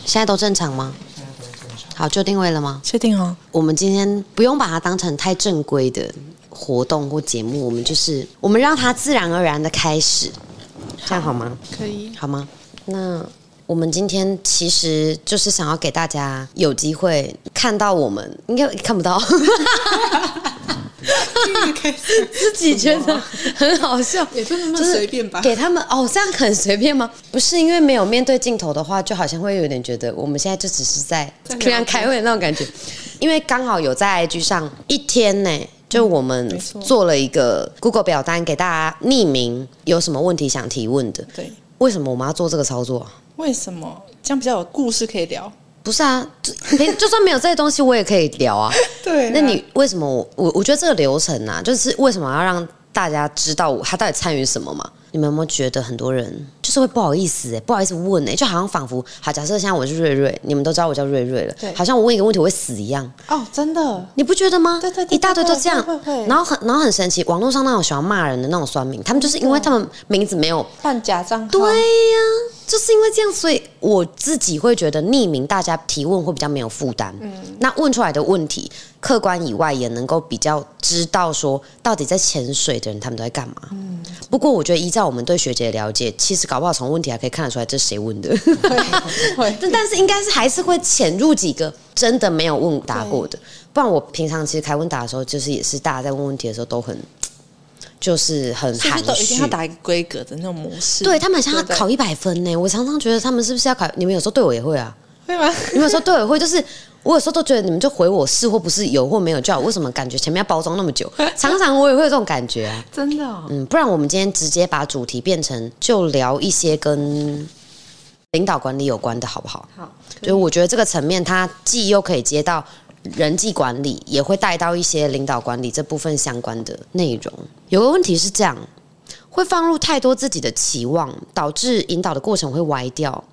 现在都正常吗？好，就定位了吗？ 确定哦。 我们今天不用把它当成太正规的活动或节目，我们让它自然而然的开始，这样好吗？ 可以， 好吗？那我们今天其实就是想要给大家有机会看到我们，应该看不到。自己觉得很好笑， 也不能那么随便吧？ 给他们这样很随便吗？不是，因为没有面对镜头的话，就好像会有点觉得我们现在就只是在突然开会的那种感觉。因为刚好有在 IG 上一天呢，就我们做了一个 Google 表单给大家匿名，有什么问题想提问的。 对，为什么我们要做这个操作？为什么这样比较有故事可以聊？ 不是啊，就算没有这些东西，我也可以聊啊。 对， 那你为什么我觉得这个流程啊，就是为什么要让大家知道他到底参与什么嘛？你们有没有觉得很多人就是会不好意思不好意思问就好像仿佛好，假设现在我是瑞瑞，你们都知道我叫瑞瑞了，好像我问一个问题我会死一样。 哦，真的， 你不觉得吗？ 对， 一大堆都这样。 会然后很神奇，网络上那种喜欢骂人的那种酸民，他们就是因为他们名字没有办假账号。 对呀，就是因为这样，所以我自己会觉得匿名，大家提问会比较没有负担。那问出来的问题，客观以外也能够比较知道说，到底在潜水的人他们都在干嘛。不过我觉得依照我们对学姐的了解，其实搞不好从问题还可以看得出来这是谁问的。但是应该是还是会潜入几个真的没有问答过的，不然我平常其实开问答的时候，就是也是大家在问问题的时候都很。就是很含蓄， 都一定要打一个规格的那种模式。 对，他们想要考100分呢，我常常觉得他们是不是要考？你们有时候对我也会啊？ 会吗？ 你们有时候对我也会，就是我有时候都觉得你们就回我是或不是，有或没有就好，为什么感觉前面要包装那么久？常常我也会有这种感觉啊。 真的不然我们今天直接把主题变成就聊一些跟领导管理有关的好不好？ 好， 就是我觉得这个层面它既又可以接到人际管理，也会带到一些领导管理这部分相关的内容。有个问题是这样，会放入太多自己的期望，导致引导的过程会歪掉。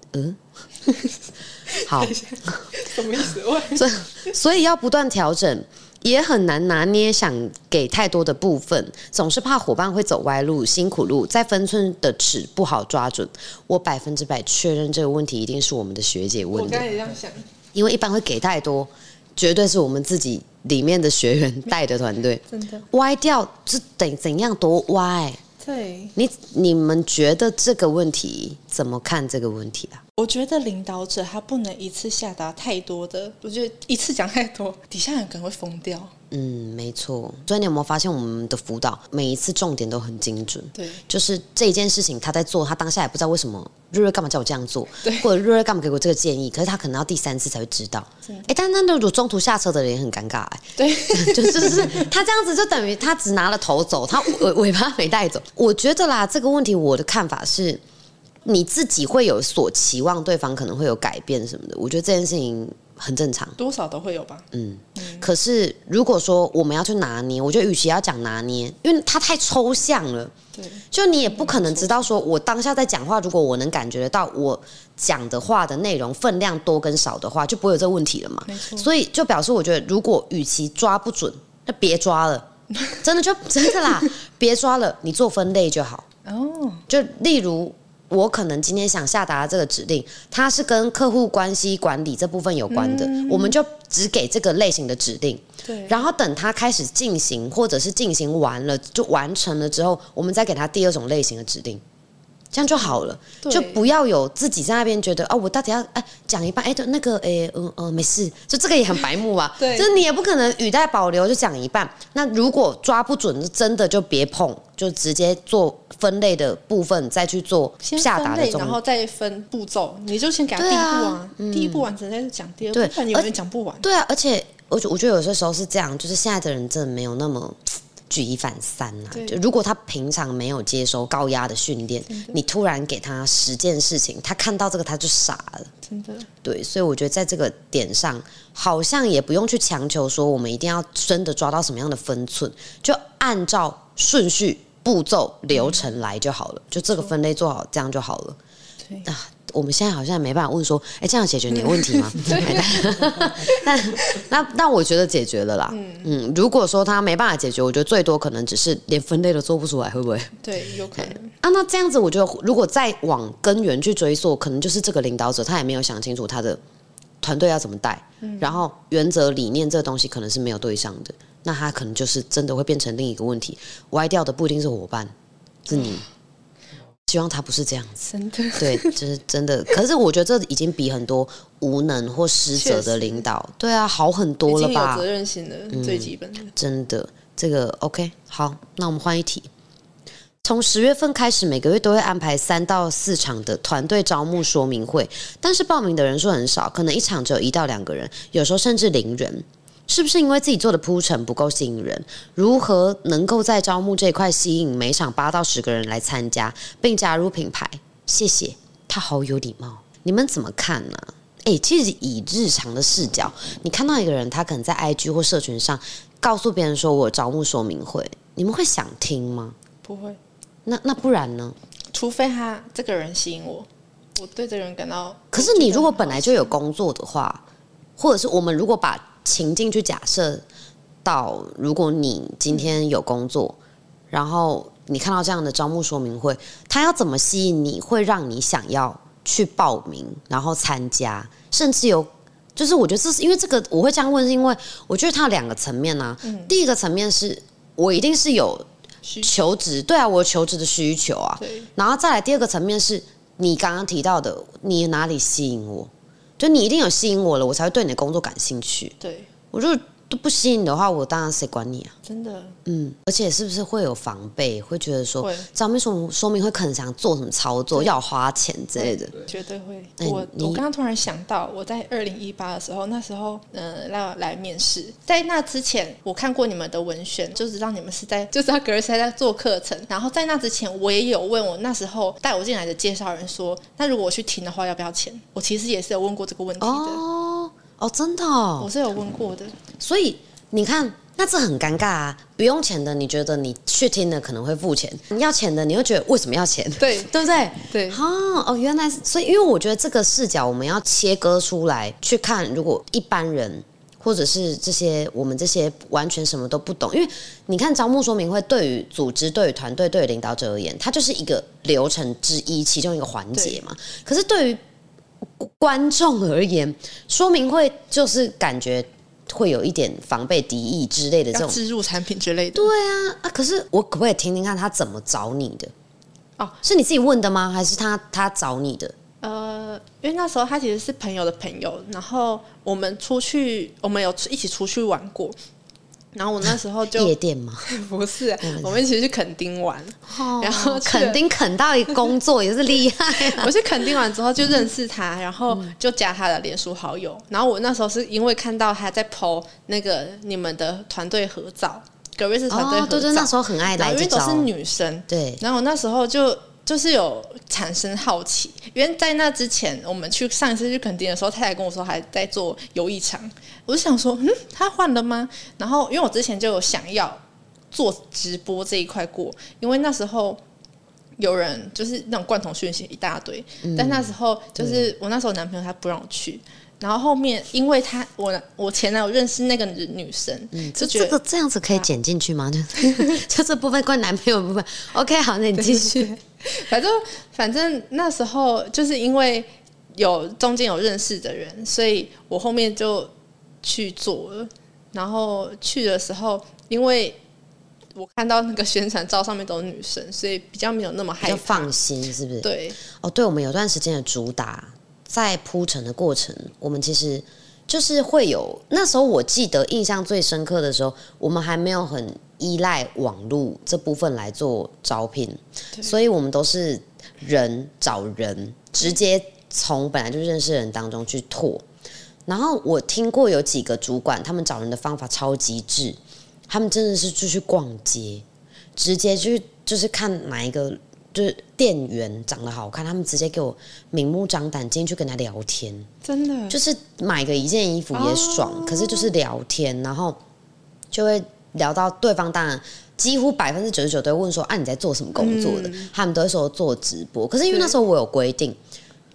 好， 什么意思？ 所以要不断调整，也很难拿捏想给太多的部分，总是怕伙伴会走歪路、辛苦路，在分寸的尺不好抓准。我100%确认这个问题一定是我们的学姐问的。 我刚才也这样想， 因为一般会给太多，绝对是我们自己里面的学员带的团队， 真的歪掉是怎样多歪？ 对， 你们觉得这个问题怎么看这个问题啊？ 我觉得领导者他不能一次下达太多的，我觉得一次讲太多，底下人可能会疯掉。 没错。所以你有没有发现我们的辅导每一次重点都很精准？ 对， 就是这件事情他在做，他当下也不知道为什么瑞瑞干嘛叫我这样做， 对， 或者瑞瑞干嘛给我这个建议，可是他可能要第3次才会知道。但那如果中途下车的人也很尴尬对， 就是他这样子就等于他只拿了头走，他尾巴没带走。我觉得啦，这个问题我的看法是，你自己会有所期望，对方可能会有改变什么的，我觉得这件事情很正常， 多少都会有吧。 可是如果说我们要去拿捏，我觉得与其要讲拿捏，因为它太抽象了， 对， 就你也不可能知道说我当下在讲话，如果我能感觉得到我讲的话的内容分量多跟少的话，就不会有这个问题了嘛。所以就表示我觉得，如果与其抓不准，那别抓了，真的啦，别抓了，你做分类就好。就例如。我可能今天想下达这个指令，它是跟客户关系管理这部分有关的，我们就只给这个类型的指令。 对， 然后等它开始进行，或者是进行完了就完成了之后，我们再给它第2种类型的指令，这样就好了。就不要有自己在那边觉得我到底要讲一半，那个没事，就这个也很白目啊。 对， 就是你也不可能语带保留就讲一半。那如果抓不准，真的就别碰，就直接做分类的部分，再去做下达的然后再分步骤。你就先给他第一步啊，第一步完成再讲第2步，不然你永远讲不完。 对啊，而且我觉得有些时候是这样，就是现在的人真的没有那么。举一反三就如果他平常没有接收高压的训练，你突然给他10件事情，他看到这个他就傻了， 真的。 对，所以我觉得在这个点上，好像也不用去强求说我们一定要真的抓到什么样的分寸，就按照顺序、步骤、流程来就好了，就这个分类做好，这样就好了。 我们现在好像没办法问说，这样解决你的问题吗？但我觉得解决了啦。如果说他没办法解决，我觉得最多可能只是连分类都做不出来，会不会？ 对，有可能。 那这样子，我觉得如果再往根源去追溯，可能就是这个领导者他也没有想清楚他的团队要怎么带，然后原则理念这个东西可能是没有对上的，那他可能就是真的会变成另一个问题，歪掉的不一定是伙伴，是你。希望他不是这样子， 真的， 对，就是真的。可是我觉得这已经比很多无能或失责的领导，对啊，好很多了吧？ 已经有责任心的，最基本的。 真的，这个 OK。好，那我们换一题。从10月份开始，每个月都会安排3到4场的团队招募说明会，但是报名的人数很少，可能一场只有1到2个人，有时候甚至0人。是不是因为自己做的铺陈不够吸引人？如何能够在招募这一块吸引每场8到10个人来参加，并加入品牌？谢谢，他好有礼貌。你们怎么看呢？其实以日常的视角，你看到一个人，他可能在 IG 或社群上告诉别人说我有招募说明会，你们会想听吗？ 不会。 那不然呢？ 除非他这个人吸引我，我对这个人感到。 可是你如果本来就有工作的话，或者是我们如果把情境去假设到，如果你今天有工作，然后你看到这样的招募说明会，它要怎么吸引你，会让你想要去报名，然后参加，甚至有，就是我觉得这是因为这个我会这样问，是因为我觉得它有2个层面啊。第一个层面是我一定是有求职，对啊，我有求职的需求啊。然后再来第2个层面是你刚刚提到的，你哪里吸引我？就你一定有吸引我了，我才会对你的工作感兴趣。 对， 我如果都不吸引的话，我当然谁管你啊？ 真的。 而且是不是会有防备，会觉得说招募说明会可能想做什么操作，要花钱之类的？ 绝对会。我刚刚突然想到，我在2018的时候，那时候来面试，在那之前我看过你们的文宣，就知道你们是在就知道格瑞斯在做课程。然后在那之前，我也有问我那时候带我进来的介绍人说，那如果我去听的话，要不要钱？我其实也是有问过这个问题的。 真的哦， 我是有问过的。 所以你看，那这很尴尬啊！不用钱的，你觉得你去听的可能会付钱；你要钱的，你又觉得为什么要钱？ 对， 对不对？ 对。 原来是，所以因为我觉得这个视角我们要切割出来去看，如果一般人或者是我们这些完全什么都不懂，因为你看招募说明会对于组织、对于团队、对于领导者而言，它就是一个流程之一，其中一个环节嘛。可是对于观众而言，说明会就是感觉会有一点防备、敌意之类的这种置入产品之类的。 对啊，可是我可不可以听听看他怎么找你的？是你自己问的吗？还是他找你的？ 因为那时候他其实是朋友的朋友，然后我们有一起出去玩过。然后我那时候就夜店吗？ 不是，我们一起去垦丁玩，然后垦丁垦到一个工作也是厉害啊。 我去垦丁玩之后就认识他，然后就加他的脸书好友。然后我那时候是因为看到他在 po 那个你们的团队合照，格瑞斯团队合照， 对，那时候很爱来这招， 因为都是女生， 对。 然后我那时候就是有产生好奇，因为在那之前，我们上一次去垦丁的时候，他还跟我说还在做游艺场，我就想说，他换了吗？然后因为我之前就有想要做直播这一块过，因为那时候有人就是那种罐头讯息一大堆，但那时候就是我那时候男朋友他不让我去。然后后面，因为我前男友认识那个女生，就觉得这样子可以剪进去吗？就这部分关男朋友的部分。OK， 好，那你继续。 反正那时候就是因为中间有认识的人，所以我后面就去做了。然后去的时候，因为我看到那个宣传照上面都是女生，所以比较没有那么害怕， 比较放心，是不是？ 对。 对，我们有段时间的主打。在铺陈的过程，我们其实就是会有那时候我记得印象最深刻的时候，我们还没有很依赖网络这部分来做招聘，所以我们都是人找人，直接从本来就认识的人当中去拓。然后我听过有几个主管，他们找人的方法超极致，他们真的是就去逛街，直接就是看哪一个。就是店员长得好看，他们直接给我明目张胆进去跟他聊天， 真的就是买个一件衣服也爽，可是就是聊天，然后就会聊到对方，当然几乎99%都会问说你在做什么工作的，他们都会说做直播，可是因为那时候我有规定，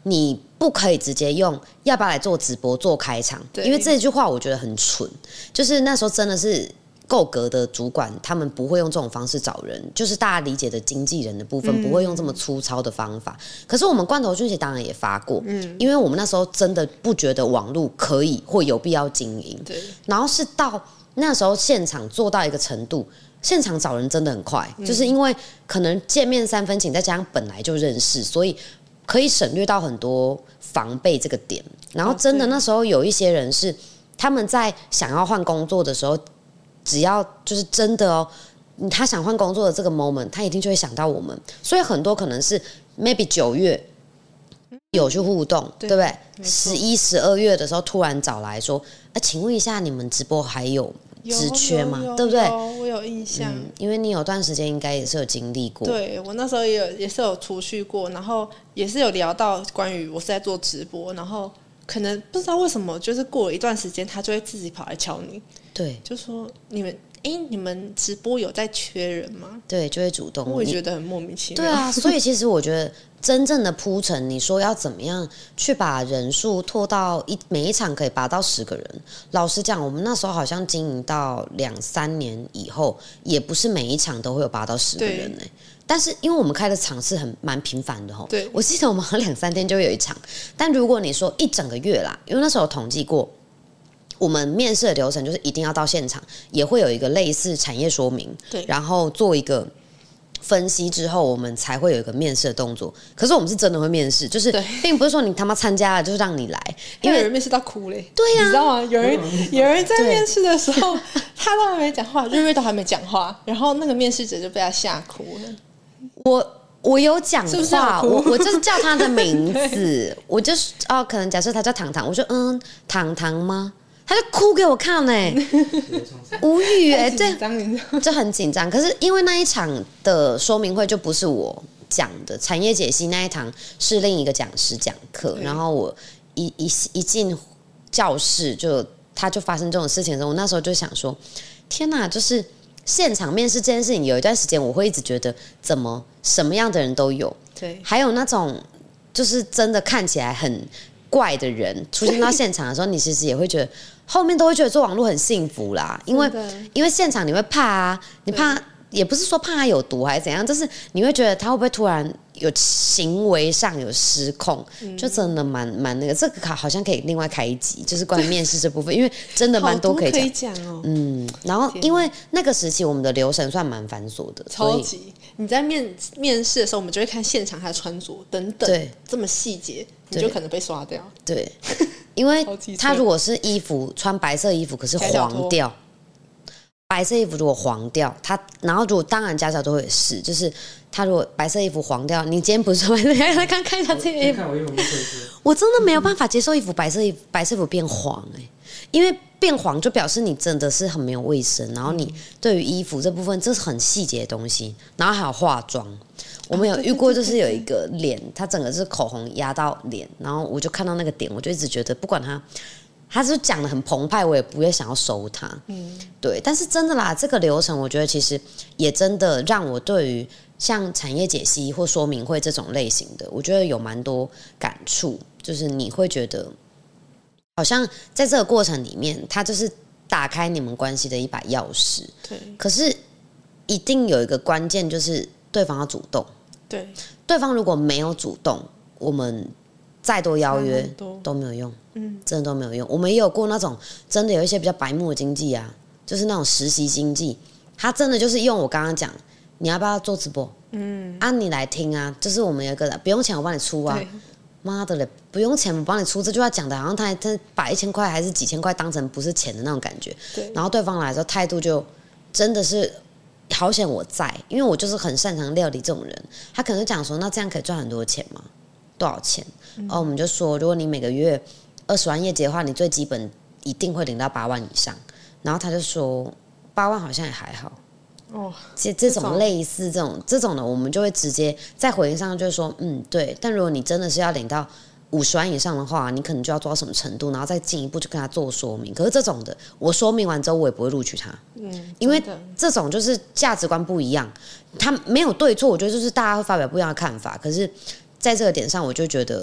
你不可以直接用要不要来做直播做开场，因为这句话我觉得很蠢。就是那时候真的是够格的主管，他们不会用这种方式找人，就是大家理解的经纪人的部分，不会用这么粗糙的方法。可是我们罐头讯息当然也发过，因为我们那时候真的不觉得网络可以或有必要经营。然后是到那时候现场做到一个程度。现场找人真的很快，就是因为可能见面3分情，再加上本来就认识，所以可以省略到很多防备这个点。然后真的那时候有一些人是他们在想要换工作的时候，只要就是真的哦，他想换工作的这个 moment， 他一定就会想到我们。所以很多可能是 maybe 9月有去互动，对不对？11、12月的时候突然找来说，请问一下你们直播还有职缺吗？对不对？ 我有印象， 因为你有段时间应该也是有经历过。 对，我那时候也是有出去过，然后也是有聊到关于我是在做直播，然后可能不知道为什么，就是过了一段时间，他就会自己跑来敲你， 对， 就说你们直播有在缺人吗？ 对，就会主动。 我也觉得很莫名其妙。 对啊，所以其实我觉得真正的铺陈，你说要怎么样去把人数拖到每一场可以拔到10个人。老实讲，我们那时候好像经营到2-3年以后，也不是每一场都会有拔到10个人但是因为我们开的场是蛮频繁的吼， 对， 我记得我们好像2-3天就会有一场。但如果你说一整个月啦，因为那时候有统计过。我们面试的流程就是一定要到现场，也会有一个类似产业说明， 对， 然后做一个分析之后，我们才会有一个面试的动作。可是我们是真的会面试，就是并不是说你他妈参加了就是让你来， 因为有人面试到哭嘞。 对呀、 你知道吗？有人在面试的时候，他都还没讲话，瑞瑞都还没讲话，然后那个面试者就被他吓哭了。 我有讲话， 是不是我就是叫他的名字，我就是可能假设他叫糖糖，我说糖糖吗？他就哭给我看无语对，就很紧张。可是因为那一场的说明会就不是我讲的，产业解析那一堂是另一个讲师讲课，然后我一进教室他就发生这种事情的时候，我那时候就想说，天哪，就是现场面试这件事情，有一段时间我会一直觉得，怎么什么样的人都有， 对， 还有那种就是真的看起来很怪的人出现到现场的时候，你其实也会觉得。后面都会觉得做网络很幸福啦，因为现场你会怕啊，你怕也不是说怕他有毒还是怎样，就是你会觉得他会不会突然有行为上有失控，就真的蛮那个，这个好像可以另外开一集，就是关于面试这部分，因为真的蛮多可以讲哦。 然后因为那个时期我们的流程算蛮繁琐的， 超级你在面试的时候，我们就会看现场他的穿着等等，对，这么细节，你就可能被刷掉。 对。因为他如果是衣服穿白色衣服，可是黄掉，白色衣服如果黄掉，然后如果当然家长都会是，就是他如果白色衣服黄掉，你今天不是说他刚看一下这个衣服，我真的没有办法接受白色衣服变黄因为变黄就表示你真的是很没有卫生，然后你对于衣服这部分这是很细节的东西，然后还有化妆。我们有遇过，就是有一个脸，他整个是口红压到脸，然后我就看到那个点，我就一直觉得，不管他是讲的很澎湃，我也不会想要收他。对。但是真的啦，这个流程我觉得其实也真的让我对于像产业解析或说明会这种类型的，我觉得有蛮多感触，就是你会觉得好像在这个过程里面，他就是打开你们关系的一把钥匙。 对。 可是一定有一个关键，就是对方要主动。 对方如果没有主动，我们再多邀约都没有用，真的都没有用。我们也有过那种真的有一些比较白目的经济啊，就是那种实习经济，他真的就是用我刚刚讲，你要不要做直播？你来听啊，就是我们有一个不用钱我帮你出啊，妈的嘞，不用钱我帮你出，这句话讲的好像他把1000块还是几千块当成不是钱的那种感觉，然后对方来说态度就真的是。好险我在，因为我就是很擅长料理这种人。他可能就讲说，那这样可以赚很多钱吗？多少钱？我们就说，如果你每个月20万业绩的话，你最基本一定会领到8万以上。然后他就说8万好像也还好。这种类似这种的，我们就会直接在回应上就是说，对。但如果你真的是要领到50万以上的话，你可能就要做到什么程度，然后再进一步就跟他做说明。可是这种的，我说明完之后，我也不会录取他，因为这种就是价值观不一样，他没有对错，我觉得就是大家会发表不一样的看法。可是在这个点上，我就觉得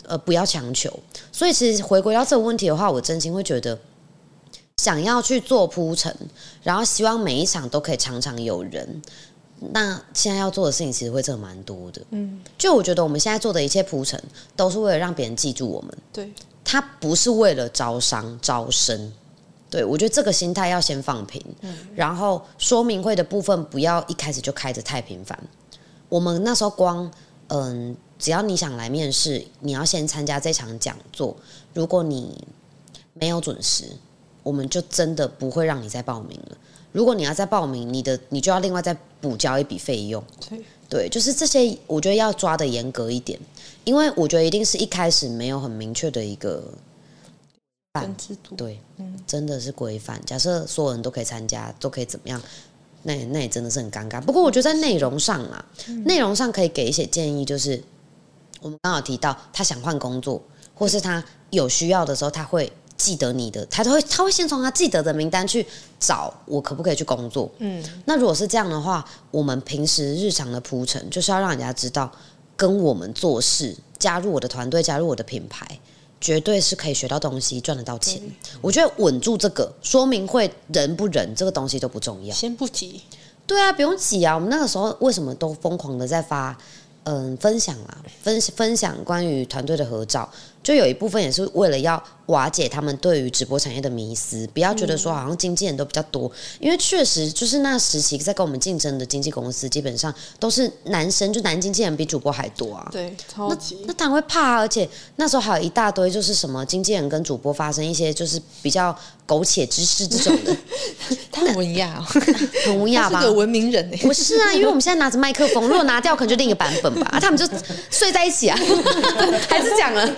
不要强求。所以其实回归到这个问题的话，我真心会觉得，想要去做铺陈，然后希望每一场都可以场场有人。那现在要做的事情其实会真的蛮多的，就我觉得我们现在做的一切铺陈，都是为了让别人记住我们， 对， 它不是为了招商招生，对我觉得这个心态要先放平，然后说明会的部分不要一开始就开得太频繁。我们那时候光只要你想来面试，你要先参加这场讲座，如果你没有准时，我们就真的不会让你再报名了。如果你要再报名，你就要另外再补交一笔费用。对，就是这些，我觉得要抓得严格一点，因为我觉得一定是一开始没有很明确的一个制度。 对，真的是规范。假设所有人都可以参加，都可以怎么样，那也真的是很尴尬。不过我觉得在内容上啊，内容上可以给一些建议，就是我们刚好提到他想换工作，或是他有需要的时候，他会记得你的，他会先从他记得的名单去找我可不可以去工作。那如果是这样的话，我们平时日常的铺陈就是要让人家知道跟我们做事，加入我的团队，加入我的品牌，绝对是可以学到东西，赚得到钱。我觉得稳住这个说明会人不人这个东西都不重要， 先不急。 对啊，不用急啊。我们那个时候为什么都疯狂的在发分享啊，分享关于团队的合照，就有一部分也是为了要瓦解他们对于直播产业的迷思，不要觉得说好像经纪人都比较多，因为确实就是那时期在跟我们竞争的经纪公司，基本上都是男生，就男经纪人比主播还多啊。 对，超级。 那当然会怕啊，而且那时候还有一大堆就是什么经纪人跟主播发生一些就是比较苟且之事这种的。 他很文雅哦， 很文雅吧？ 他是个文明人哎。 不是啊，因为我们现在拿着麦克风，如果拿掉可能就另一个版本吧。他们就睡在一起啊，还是讲了，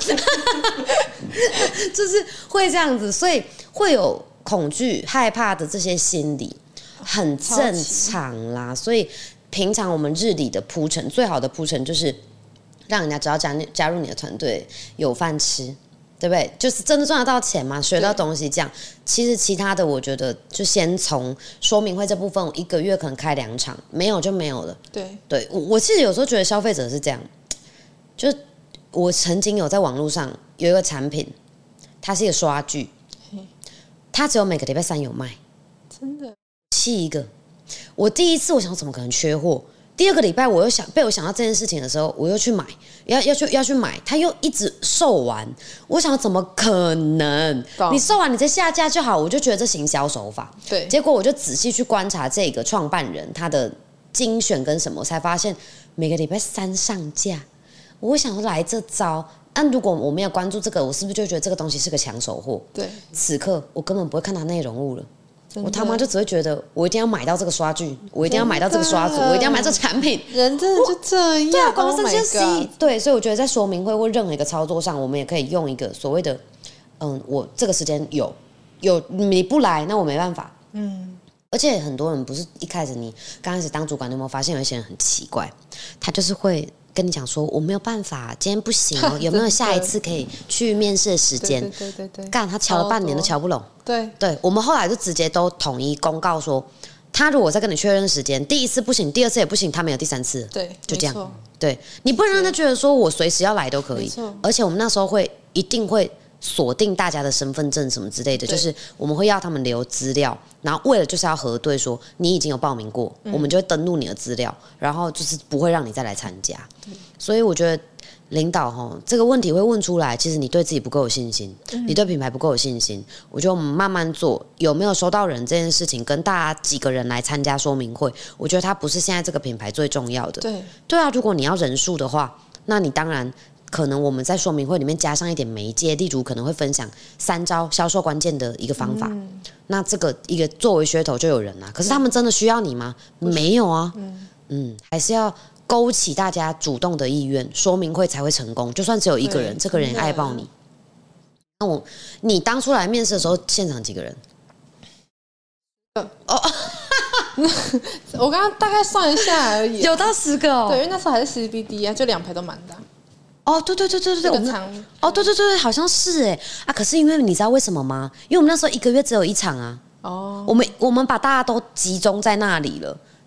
就是会这样子，所以会有恐惧、害怕的这些心理，很正常啦。所以平常我们日里的铺陈，最好的铺陈就是让人家知道加入你的团队有饭吃。对不对？就是真的赚得到钱嘛，学到东西这样。其实其他的，我觉得就先从说明会这部分，我一个月可能开2场，没有就没有了。对，我其实有时候觉得消费者是这样，就是我曾经有在网络上有一个产品，它是一个刷具，它只有每个礼拜3有卖， 真的气一个。我第一次我想怎么可能缺货？第二个礼拜我又被我想到这件事情的时候，我又去买，要去买，它又一直售完。我想怎么可能？你售完你再下架就好，我就觉得这行销手法。 对， 结果我就仔细去观察这个创办人他的精选跟什么，才发现每个礼拜3上架。我想说来这招，但如果我没有关注这个，我是不是就觉得这个东西是个抢手货？ 对， 此刻我根本不会看它内容物了。我他妈就只会觉得我一定要买到这个刷具，我一定要买到这个刷子，我一定要买这个产品。 人真的就这样， 对啊，光这些事，对，所以我觉得在说明会或任何一个操作上，我们也可以用一个所谓的，我这个时间有你不来，那我没办法。而且很多人不是一开始你刚开始当主管，你有没有发现有一些人很奇怪，他就是会跟你讲说我没有办法，今天不行哦，有没有下一次可以去面试的时间？ 对， 干他瞧了半年都瞧不拢。 对， 我们后来就直接都统一公告说，他如果再跟你确认时间，第一次不行，第二次也不行，他没有第3次， 对， 就这样。对，你不能让他觉得说我随时要来都可以，而且我们那时候一定会锁定大家的身份证什么之类的，就是我们会要他们留资料，然后为了就是要核对说你已经有报名过，我们就会登录你的资料，然后就是不会让你再来参加。所以我觉得领导这个问题会问出来，其实你对自己不够有信心，你对品牌不够有信心。我觉得我们慢慢做，有没有收到人这件事情，跟大家几个人来参加说明会，我觉得它不是现在这个品牌最重要的。对啊，如果你要人数的话，那你当然可能我们在说明会里面加上一点媒介，例如可能会分享3招销售关键的一个方法。那这个一个作为噱头就有人啊，可是他们真的需要你吗？没有啊。还是要勾起大家主动的意愿，说明会才会成功。就算只有一个人，这个人也爱爆你。那你当初来面试的时候，现场几个人？ 我刚刚大概算一下而已， 有到10个哦。 对，因为那时候还是 CBD 啊，就2排都满的。 对，我们对，好像是啊。可是因为你知道为什么吗？因为我们那时候1个月只有1场啊。我们把大家都集中在那里了。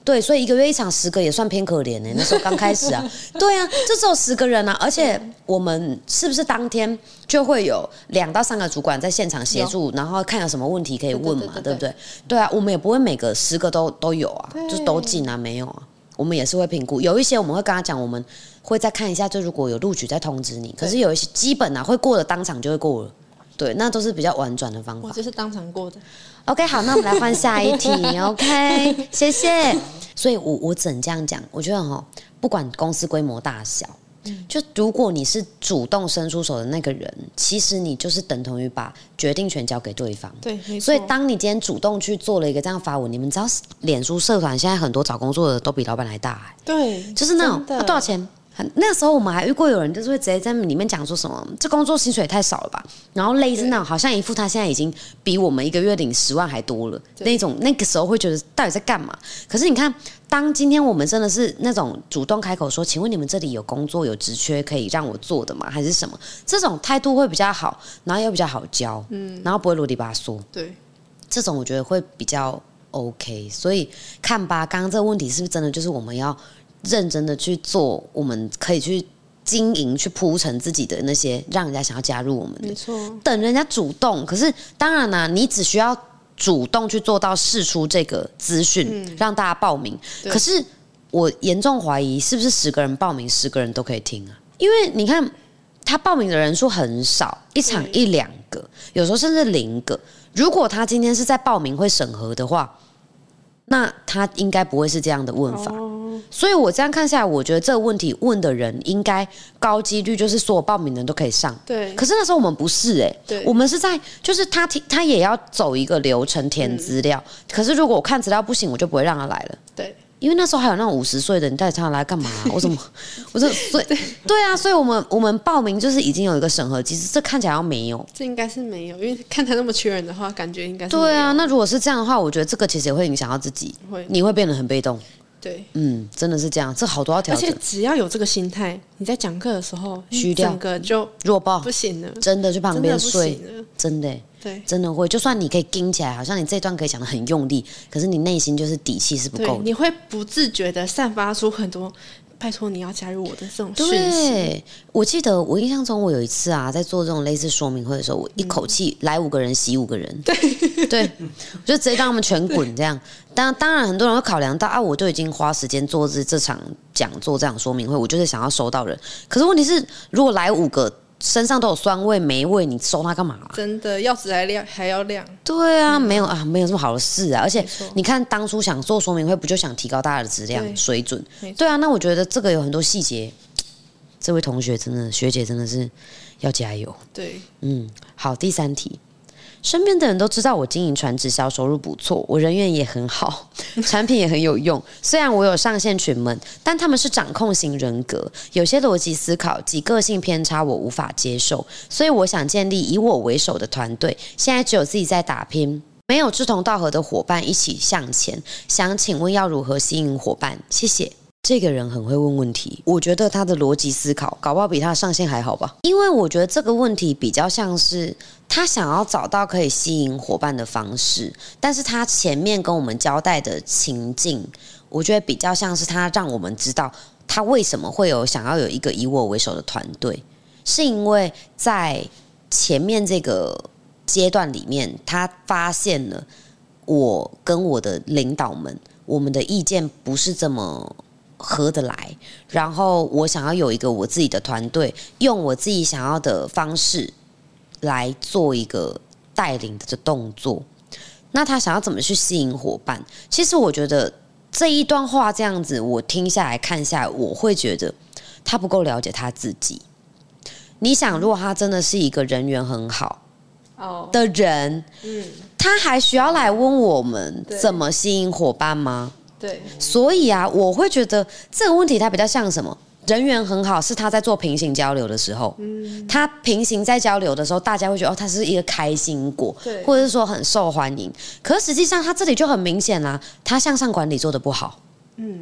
对，所以一个月一场10个也算偏可怜那时候刚开始啊，对啊，就只有10个人啊，而且我们是不是当天就会有2到3个主管在现场协助，然后看有什么问题可以问嘛，对不对？对啊，我们也不会每个10个都有啊，就是都进啊，没有啊。我们也是会评估，有一些我们会跟他讲，我们会再看一下，就如果有录取再通知你。可是有一些基本啊，会过的当场就会过了，对，那都是比较婉转的方法。 我就是当场过的。 OK， 好，那我们来换下一题。OK， 谢谢。所以我只能这样讲，我觉得不管公司规模大小，就如果你是主动伸出手的那个人，其实你就是等同于把决定权交给对方。 对，没错。 所以当你今天主动去做了一个这样发文，你们知道脸书社团现在很多找工作的都比老板还大对， 就是那种多少钱？那时候我们还遇过有人就是会直接在里面讲说什么这工作薪水也太少了吧，然后类似那种好像一副他现在已经比我们一个月领10万还多了那种，那个时候会觉得到底在干嘛？可是你看，当今天我们真的是那种主动开口说，请问你们这里有工作有职缺可以让我做的吗？还是什么？这种态度会比较好，然后又比较好教，然后不会啰里吧嗦。 对， 这种我觉得会比较 OK。所以看吧，刚刚这个问题是不是真的就是我们要认真的去做，我们可以去经营、去铺陈自己的那些，让人家想要加入我们的。 没错， 等人家主动。可是当然啦，你只需要主动去做到释出这个资讯，让大家报名。可是我严重怀疑，是不是10个人报名，10个人都可以听啊？因为你看，他报名的人数很少，一场1、2个，有时候甚至0个。如果他今天是在报名会审核的话，那他应该不会是这样的问法。所以我这样看下来，我觉得这个问题问的人应该高几率就是所有报名的人都可以上。 对。 可是那时候我们不是我们是在就是他也要走一个流程填资料。可是如果我看资料不行，我就不会让他来了。 对。 因为那时候还有那种50岁的，你到底叫他来干嘛我怎么我这所以对啊，所以我们报名就是已经有一个审核机制，这看起来要没有。 这应该是没有，因为看他那么缺人的话，感觉应该是没有。 对啊，那如果是这样的话，我觉得这个其实也会影响到自己，你会变得很被动。 对， 真的是这样，这好多要调整。 而且只要有这个心态，你在讲课的时候虚掉， 整个就弱爆， 不行了， 真的去旁边睡，真的， 对， 真的会。就算你可以盯起来，好像你这段可以讲得很用力，可是你内心就是底气是不够的， 你会不自觉的散发出很多。拜托你要加入我的这种讯息。 对，我记得我印象中，我有一次啊，在做这种类似说明会的时候，我一口气来5个人洗5个人。对，我就直接让他们全滚这样。当然，很多人会考量到啊，我就已经花时间做这场讲座、这场说明会，我就是想要收到人。可是问题是，如果来5个，身上都有酸味、霉味，你收它干嘛真的，要子还要亮。 对啊，没有这么好的事啊！而且你看，当初想做说明会，不就想提高大家的质量水准？对啊，那我觉得这个有很多细节，这位同学真的学姐真的是要加油。 对， 好，第3题。身边的人都知道我经营传直销收入不错，我人缘也很好，产品也很有用。虽然我有上线群们，但他们是掌控型人格，有些逻辑思考及个性偏差我无法接受，所以我想建立以我为首的团队。现在只有自己在打拼，没有志同道合的伙伴一起向前。想请问要如何吸引伙伴？谢谢。这个人很会问问题，我觉得他的逻辑思考搞不好比他的上线还好吧。因为我觉得这个问题比较像是他想要找到可以吸引伙伴的方式，但是他前面跟我们交代的情境，我觉得比较像是他让我们知道他为什么会有想要有一个以我为首的团队，是因为在前面这个阶段里面，他发现了我跟我的领导们，我们的意见不是这么合得来，然后我想要有一个我自己的团队，用我自己想要的方式来做一个带领的动作。那他想要怎么去吸引伙伴？其实我觉得这一段话这样子，我听下来看下来，我会觉得他不够了解他自己。你想，如果他真的是一个人缘很好的人，他还需要来问我们怎么吸引伙伴吗？ 对， 所以啊，我会觉得这个问题它比较像什么？人缘很好，是他在做平行交流的时候，他平行在交流的时候，大家会觉得他是一个开心果，或者是说很受欢迎。可是实际上，他这里就很明显啦，他向上管理做得不好。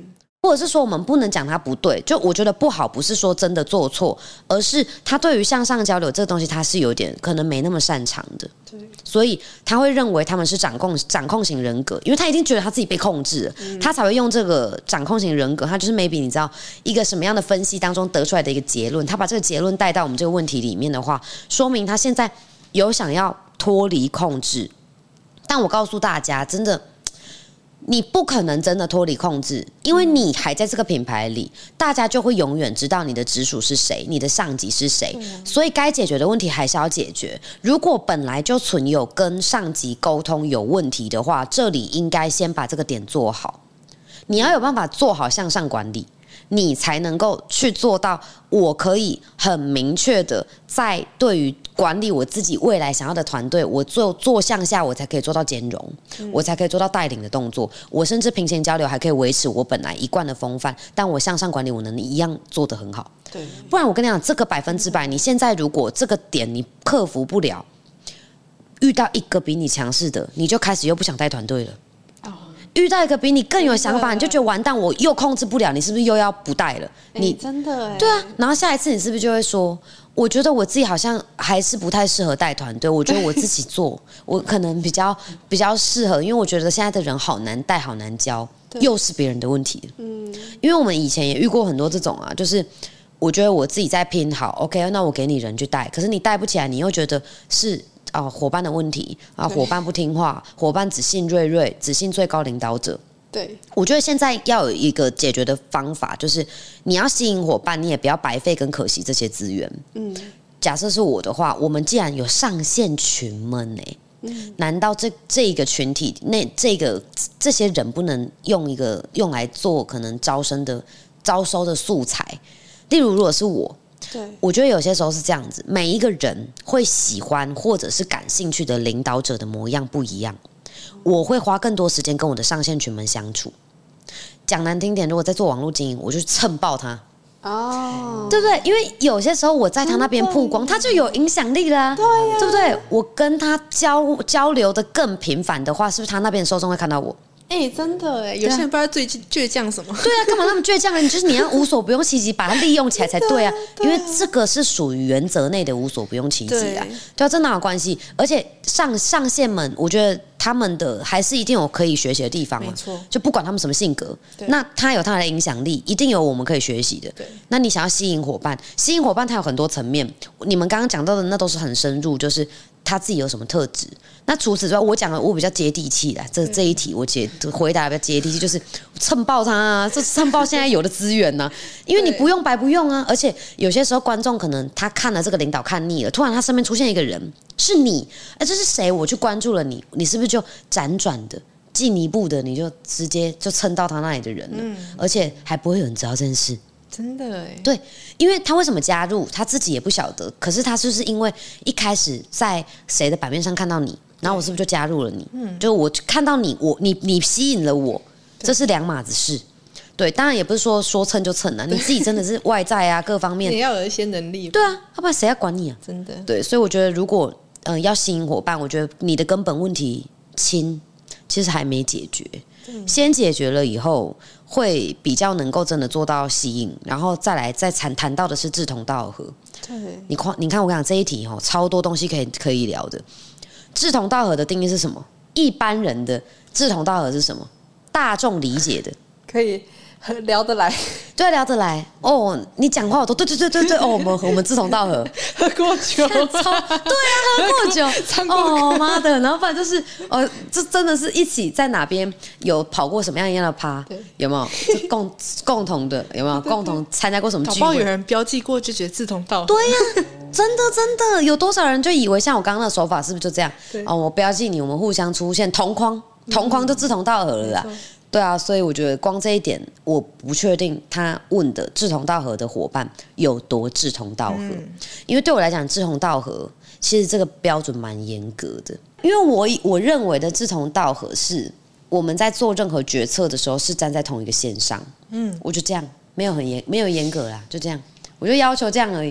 或者是说我们不能讲他不对，就我觉得不好不是说真的做错，而是他对于向上交流这个东西他是有点可能没那么擅长的，对，所以他会认为他们是掌控型人格，因为他一定觉得他自己被控制了，他才会用这个掌控型人格，他就是 maybe 你知道一个什么样的分析当中得出来的一个结论，他把这个结论带到我们这个问题里面的话，说明他现在有想要脱离控制，但我告诉大家，真的。你不可能真的脱离控制，因为你还在这个品牌里，大家就会永远知道你的直属是谁，你的上级是谁，所以该解决的问题还是要解决。如果本来就存有跟上级沟通有问题的话，这里应该先把这个点做好。你要有办法做好向上管理，你才能够去做到我可以很明确的在对于管理我自己未来想要的团队，我做向下，我才可以做到兼容，我才可以做到带领的动作，我甚至平行交流还可以维持我本来一贯的风范，但我向上管理我能一样做得很好。对，不然我跟你讲，这个100%，你现在如果这个点你克服不了，遇到一个比你强势的，你就开始又不想带团队了。遇到一个比你更有想法，你就觉得完蛋，我又控制不了，你是不是又要不带了？你真的对啊，然后下一次你是不是就会说，我觉得我自己好像还是不太适合带团队，我觉得我自己做，我可能比较适合，因为我觉得现在的人好难带，好难教，又是别人的问题。因为我们以前也遇过很多这种啊，就是我觉得我自己在拼好 ，OK， 那我给你人去带，可是你带不起来，你又觉得是。伙伴的问题啊，伙伴不听话，伙伴只信瑞，只信最高领导者。 对， 我觉得现在要有一个解决的方法，就是你要吸引伙伴，你也不要白费跟可惜这些资源。假设是我的话，我们既然有上线群们难道这个群体这些人不能用来做可能招收的素材？例如，如果是我觉得有些时候是这样子，每一个人会喜欢或者是感兴趣的领导者的模样不一样，我会花更多时间跟我的上线群们相处。讲难听点，如果在做网络经营，我就蹭爆他。对不对？因为有些时候我在他那边曝光，他就有影响力啦，对不对？我跟他交流的更频繁的话，是不是他那边的受众会看到我？ 真的有些人不知道最倔强什么。 对啊，干嘛那么倔强呢？就是你要无所不用其极，把它利用起来才对啊。因为这个是属于原则内的无所不用其极啊。对啊，这哪有关系？而且上线们，我觉得他们的还是一定有可以学习的地方啊。没错，就不管他们什么性格，那他有他的影响力，一定有我们可以学习的。对，那你想要吸引伙伴他有很多层面。你们刚刚讲到的那都是很深入，就是他自己有什么特质。那除此之外，我讲的我比较接地气啦，这一题我回答比较接地气，就是蹭爆他啊，这蹭爆现在有的资源啊，因为你不用白不用啊，而且有些时候观众可能他看了这个领导看腻了，突然他身边出现一个人是你，这是谁？我去关注了你，你是不是就辗转的进一步的，你就直接就蹭到他那里的人了，而且还不会有人知道这件事。 真的对，因为他为什么加入，他自己也不晓得。可是他就是因为一开始在谁的版面上看到你，然后我是不是就加入了你？就我看到你，你吸引了我，这是两码子事。对，当然也不是说蹭就蹭啊，你自己真的是外在啊各方面你要有一些能力。 对啊，要不然谁要管你啊？ 真的。对， 所以我觉得如果要吸引伙伴，我觉得你的根本问题其实还没解决。先解决了以后，会比较能够真的做到吸引，然后再谈到的是志同道合。对，你看我跟你讲这一题超多东西可以聊的。志同道合的定义是什么？一般人的志同道合是什么？大众理解的， 可以聊得来， 对，聊得来哦。你讲话我都对哦，我们志同道合， 喝过酒， 对啊，喝过酒，哦妈的，然后不然就是这真的是一起在哪边有跑过什么样的趴，有没有？共同的有没有？共同参加过什么聚会？ 搞不好有人标记过就觉得志同道合， 对呀，真的有多少人就以为像我刚刚的手法是不是就这样？我标记你，我们互相出现同框就志同道合了啦。对啊，所以我觉得光这一点，我不确定他问的志同道合的伙伴有多志同道合，因为对我来讲，志同道合其实这个标准蛮严格的，因为我认为的志同道合是我们在做任何决策的时候是站在同一个线上，我就这样，没有严格啦，就这样，我就要求这样而已。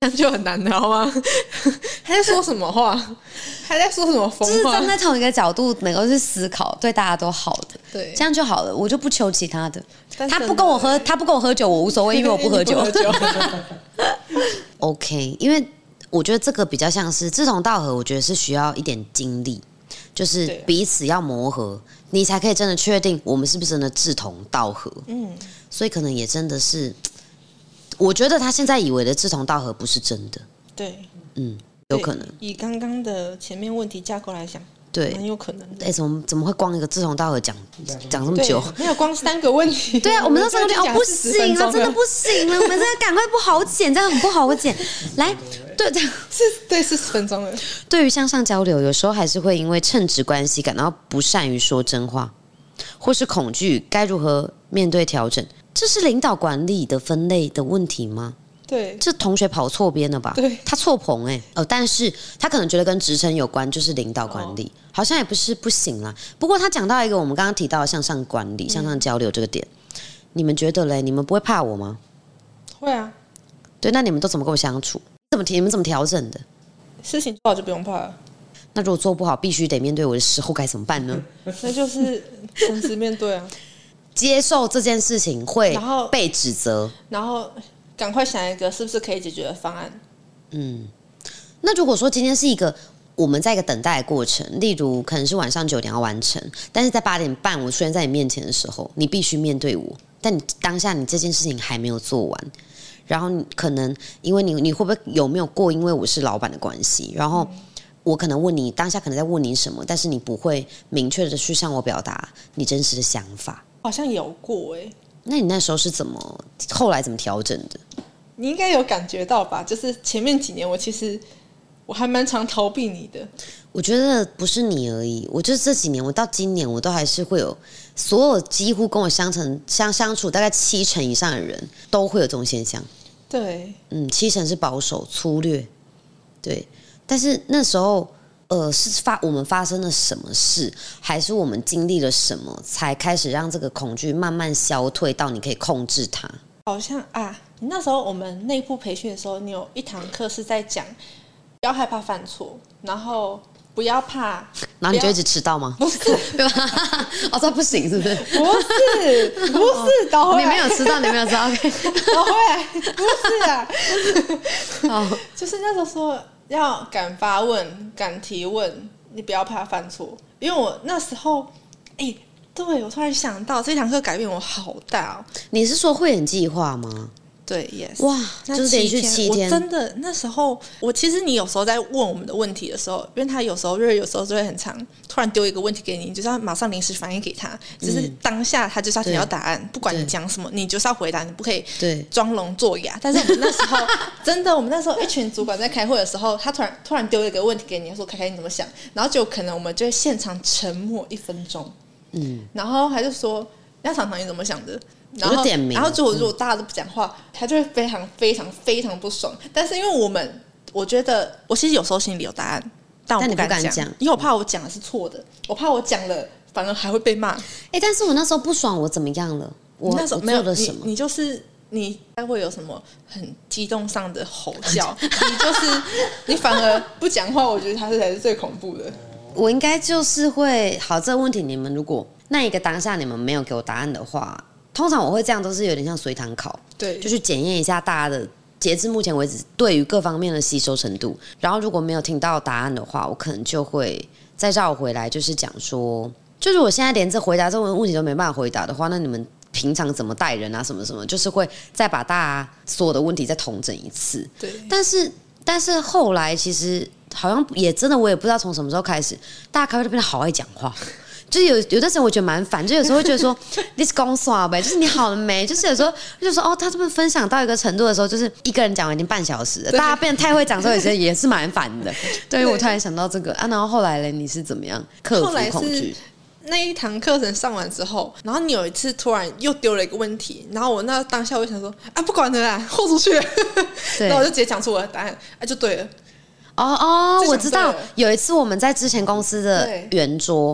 这样就很难了，好吗？还在说什么话？还在说什么疯话？ 就是站在同一个角度能够去思考，对大家都好的， 对， 这样就好了。我就不求其他的。 但他不跟我喝，他不跟我喝酒，我无所谓，因为我不喝酒。 你不喝酒 OK，因为我觉得这个比较像是志同道合，我觉得是需要一点精力，就是彼此要磨合，你才可以真的确定我们是不是真的志同道合。所以可能也真的是，我觉得他现在以为的志同道合不是真的。 对， 有可能。 以刚刚的前面问题架构来讲， 对， 很有可能的。 哎，怎么会光一个志同道合讲这么久？ 没有光3个问题。 对啊，我们那3个问题哦，不行啊，真的不行了，我们真的赶快不好剪，这样很不好剪。来，对， 对40分钟了。 对于向上交流，有时候还是会因为称职关系感到不善于说真话，或是恐惧，该如何面对调整？这是领导管理的分类的问题吗？ 对， 这同学跑错边了吧？ 对， 他错棚但是他可能觉得跟职称有关，就是领导管理，好像也不是不行啦。不过他讲到一个我们刚刚提到的向上管理、向上交流这个点，你们觉得嘞？你们不会怕我吗？ 会啊。 对，那你们都怎么跟我相处？你们怎么调整的？ 事情做好就不用怕了。 那如果做不好，必须得面对我的时候该怎么办呢？ 那就是诚实面对啊。 接受这件事情会被指责， 然后赶快想一个是不是可以解决的方案。 那如果说今天是一个我们在一个等待的过程，例如可能是晚上9点要完成，但是在8点半我出现在你面前的时候，你必须面对我，但你当下你这件事情还没有做完，然后你可能因为你会不会有没有过因为我是老板的关系，然后我可能问你当下可能在问你什么，但是你不会明确的去向我表达你真实的想法。 好像有过那你那时候是后来怎么调整的？ 你应该有感觉到吧？就是前面几年我还蛮常逃避你的。 我觉得不是你而已，我就是这几年，我到今年我都还是会有，所有几乎跟我相处大概70%以上的人都会有这种现象。 对 ，70%是保守粗略，对。但是那时候是我们发生了什么事，还是我们经历了什么，才开始让这个恐惧慢慢消退到你可以控制它？ 好像你那时候我们内部培训的时候，你有一堂课是在讲不要害怕犯错，然后不要怕， 然后你就一直迟到吗？ 不是， 对吧？这不行是不是？ 不是，倒回来， 你没有迟到，OK， 倒回来，不是啊。 好， 就是那时候说要敢发问、敢提问，你不要怕犯错。因为我那时候，对我突然想到这堂课改变我好大哦。 你是说慧眼计划吗？ 对 ，yes， 哇，就是连续7天， 我真的那时候，其实你有时候在问我们的问题的时候，因为他有时候就会很长，突然丢一个问题给你，你就是要马上临时反应给他，就是当下他就是要提到答案，不管你讲什么，你就是要回答，你不可以装聋作哑。但是我们那时候真的，我们那时候一群主管在开会的时候，他突然丢一个问题给你，说：“凯凯你怎么想？”然后就可能我们就会现场沉默1分钟，然后他就说：“那常常你怎么想的？”然后如果大家都不讲话，他就会非常非常非常不爽。但是因为我觉得我其实有时候心里有答案，但我不敢讲，因为我怕我讲的是错的，我怕我讲了反而还会被骂。 但是我那时候不爽，我怎么样了？我那时候没有什么？ 你就是你还会有什么很激动上的吼叫，你反而不讲话，我觉得他才是最恐怖的。 我应该就是会好，这个问题你们如果那一个当下你们没有给我答案的话。通常我会这样，都是有点像随堂考， 对， 就去检验一下大家的截至目前为止对于各方面的吸收程度。然后如果没有听到答案的话，我可能就会再绕回来，就是讲说，就是我现在连这回答这个问题都没办法回答的话，那你们平常怎么带人啊，什么什么，就是会再把大家所有的问题再统整一次。 对， 但是后来其实好像也真的，我也不知道从什么时候开始，大家开会都变得好爱讲话。就是有段时间我觉得蛮烦，就有时候会觉得说你是公耍呗，就是你好了没？就是有时候就说他这边分享到一个程度的时候，就是一个人讲完已经半小时了，大家变得太会讲之后，也是蛮烦的。对，我突然想到这个然后后来嘞，你是怎么样克服恐惧？ 那一堂课程上完之后，然后你有一次突然又丢了一个问题，然后我那当下我就想说不管了啦，豁出去了。然后我就直接讲出我的答案，就对了。 我知道有一次我们在之前公司的圆桌。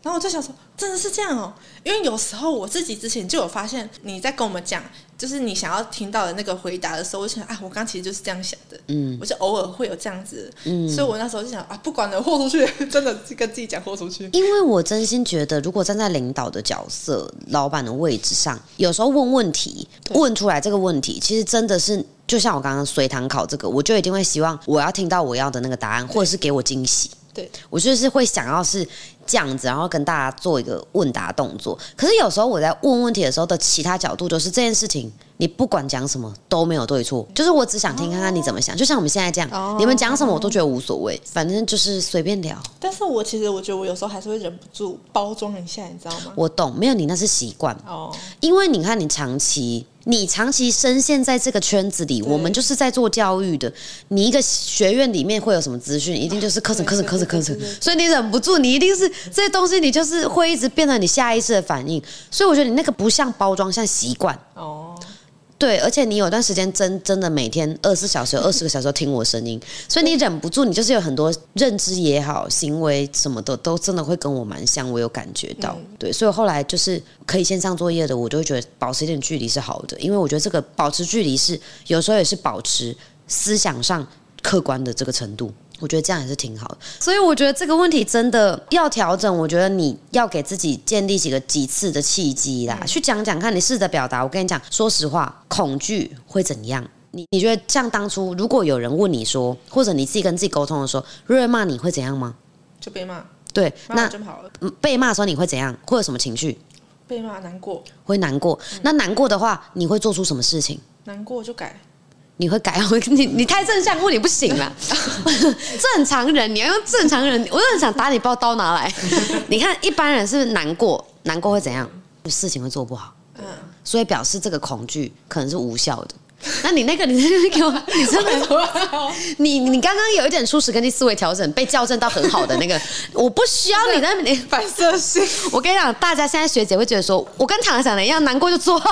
然后我就想说，真的是这样哦，因为有时候我自己之前就有发现，你在跟我们讲，就是你想要听到的那个回答的时候，我就想啊，我刚其实就是这样想的，我就偶尔会有这样子，所以我那时候就想啊，不管了，豁出去，真的跟自己讲豁出去。 因为我真心觉得，如果站在领导的角色、老板的位置上，有时候问问题，问出来这个问题，其实真的是。就像我刚刚随堂考这个，我就一定会希望我要听到我要的那个答案，或者是给我惊喜。 对， 我就是会想要是这样子，然后跟大家做一个问答动作。可是有时候我在问问题的时候的其他角度，就是这件事情你不管讲什么都没有对错，就是我只想听看看你怎么想。就像我们现在这样，你们讲什么我都觉得无所谓，反正就是随便聊。 但是其实我觉得我有时候还是会忍不住包装一下，你知道吗？ 我懂，没有你那是习惯因为你看你长期深陷在这个圈子里，我们就是在做教育的。你一个学院里面会有什么资讯，一定就是课程，所以你忍不住，你一定是这些东西，你就是会一直变成你下意识的反应。所以我觉得你那个不像包装，像习惯。对，而且你有段时间真的每天24小时有20个小时都听我声音，所以你忍不住，你就是有很多认知也好，行为什么的都真的会跟我蛮像，我有感觉到。对，所以后来就是可以线上作业的，我就会觉得保持一点距离是好的，因为我觉得这个保持距离是有时候也是保持思想上客观的这个程度。我觉得这样也是挺好的，所以我觉得这个问题真的要调整。我觉得你要给自己建立几次的契机啦，去讲讲看，你试着表达。我跟你讲，说实话，恐惧会怎样？你觉得像当初如果有人问你说，或者你自己跟自己沟通的时候，瑞瑞骂你会怎样吗？ 就被骂。 对， 那就好了。 被骂的时候你会怎样？会有什么情绪？ 被骂难过， 会难过。那难过的话，你会做出什么事情？ 难过就改。 你会改？你太正向，你不行啦。正常人，你要用正常人。我就很想打你，把刀拿来。你看，一般人是不是难过会怎样？事情会做不好。所以表示这个恐惧可能是无效的。那你那个给我，你真的，你刚刚有一点初始跟你思维调整被校正到很好的那个，我不需要你在那边反射性。 我跟你讲，大家现在学姐会觉得说，我跟唐想的一样，难过就做。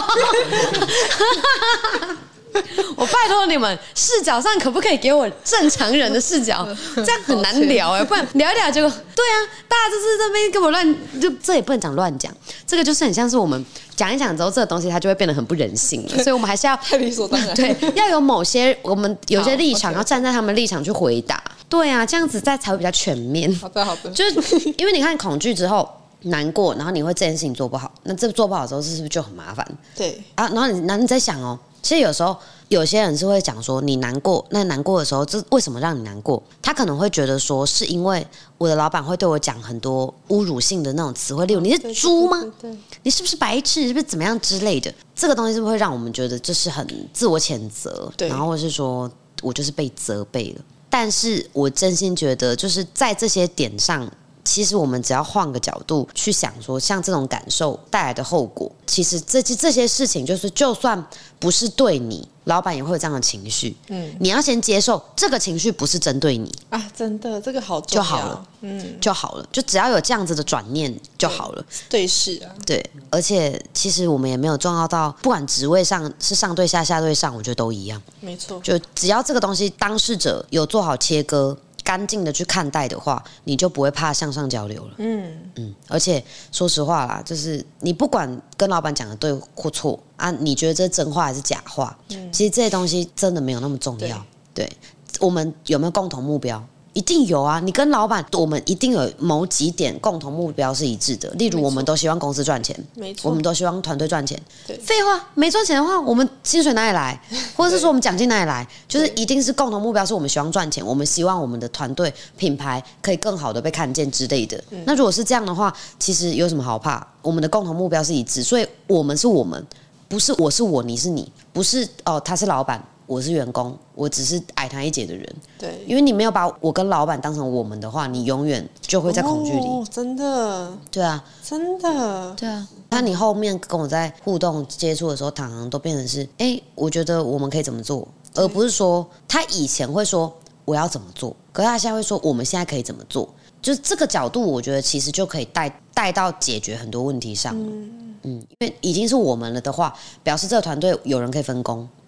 我拜托你们，视角上可不可以给我正常人的视角？这样很难聊不然聊一聊结果对啊，大家就是这边跟我这也不能讲乱讲，这个就是很像是我们讲一讲之后，这个东西它就会变得很不人性了，所以我们还是要太理所当然， 对，要有我们有些立场，要站在他们立场去回答，对啊，这样子才会比较全面。 好的， 就是因为你看恐惧之后。难过，然后你会这件事情做不好，那这做不好之后是不是就很麻烦？ 对啊，然后你在想其实有时候有些人是会讲说，你难过，那难过的时候，这为什么让你难过？他可能会觉得说，是因为我的老板会对我讲很多侮辱性的那种词汇，例如你是猪吗？你是不是白痴？是不是怎么样之类的？这个东西是不是会让我们觉得这是很自我谴责？然后或是说我就是被责备了。但是我真心觉得，就是在这些点上。其实我们只要换个角度去想说，像这种感受带来的后果，其实这些事情就是，就算不是对你，老板也会有这样的情绪。你要先接受这个情绪不是针对你啊，真的这个好重要就好了，就好了，就只要有这样子的转念就好了。 对视啊， 对，而且其实我们也没有重要到，不管职位上是上对下，下对上，我觉得都一样。 没错， 就只要这个东西当事者有做好切割。干净的去看待的话，你就不会怕向上交流了。而且说实话啦，就是你不管跟老板讲的对或错啊，你觉得这是真话还是假话，其实这些东西真的没有那么重要。对，我们有没有共同目标？一定有啊！你跟老板，我们一定有某几点共同目标是一致的。例如，我们都希望公司赚钱， 没错， 我们都希望团队赚钱。废话，没赚钱的话，我们薪水哪里来？或者是说我们奖金哪里来？就是一定是共同目标，是我们希望赚钱，我们希望我们的团队品牌可以更好的被看见之类的。那如果是这样的话，其实有什么好怕？我们的共同目标是一致，所以我们是我们，不是我是我，你是你，不是他是老板。我是员工，我只是矮他一截的人。 对， 因为你没有把我跟老板当成我们的话，你永远就会在恐惧里。 真的。 对啊， 真的。 对啊。那你后面跟我在互动接触的时候，常常都变成是，我觉得我们可以怎么做，而不是说他以前会说我要怎么做，可是他现在会说我们现在可以怎么做。就是这个角度，我觉得其实就可以带到解决很多问题上了。因为已经是我们了的话，表示这个团队有人可以分工。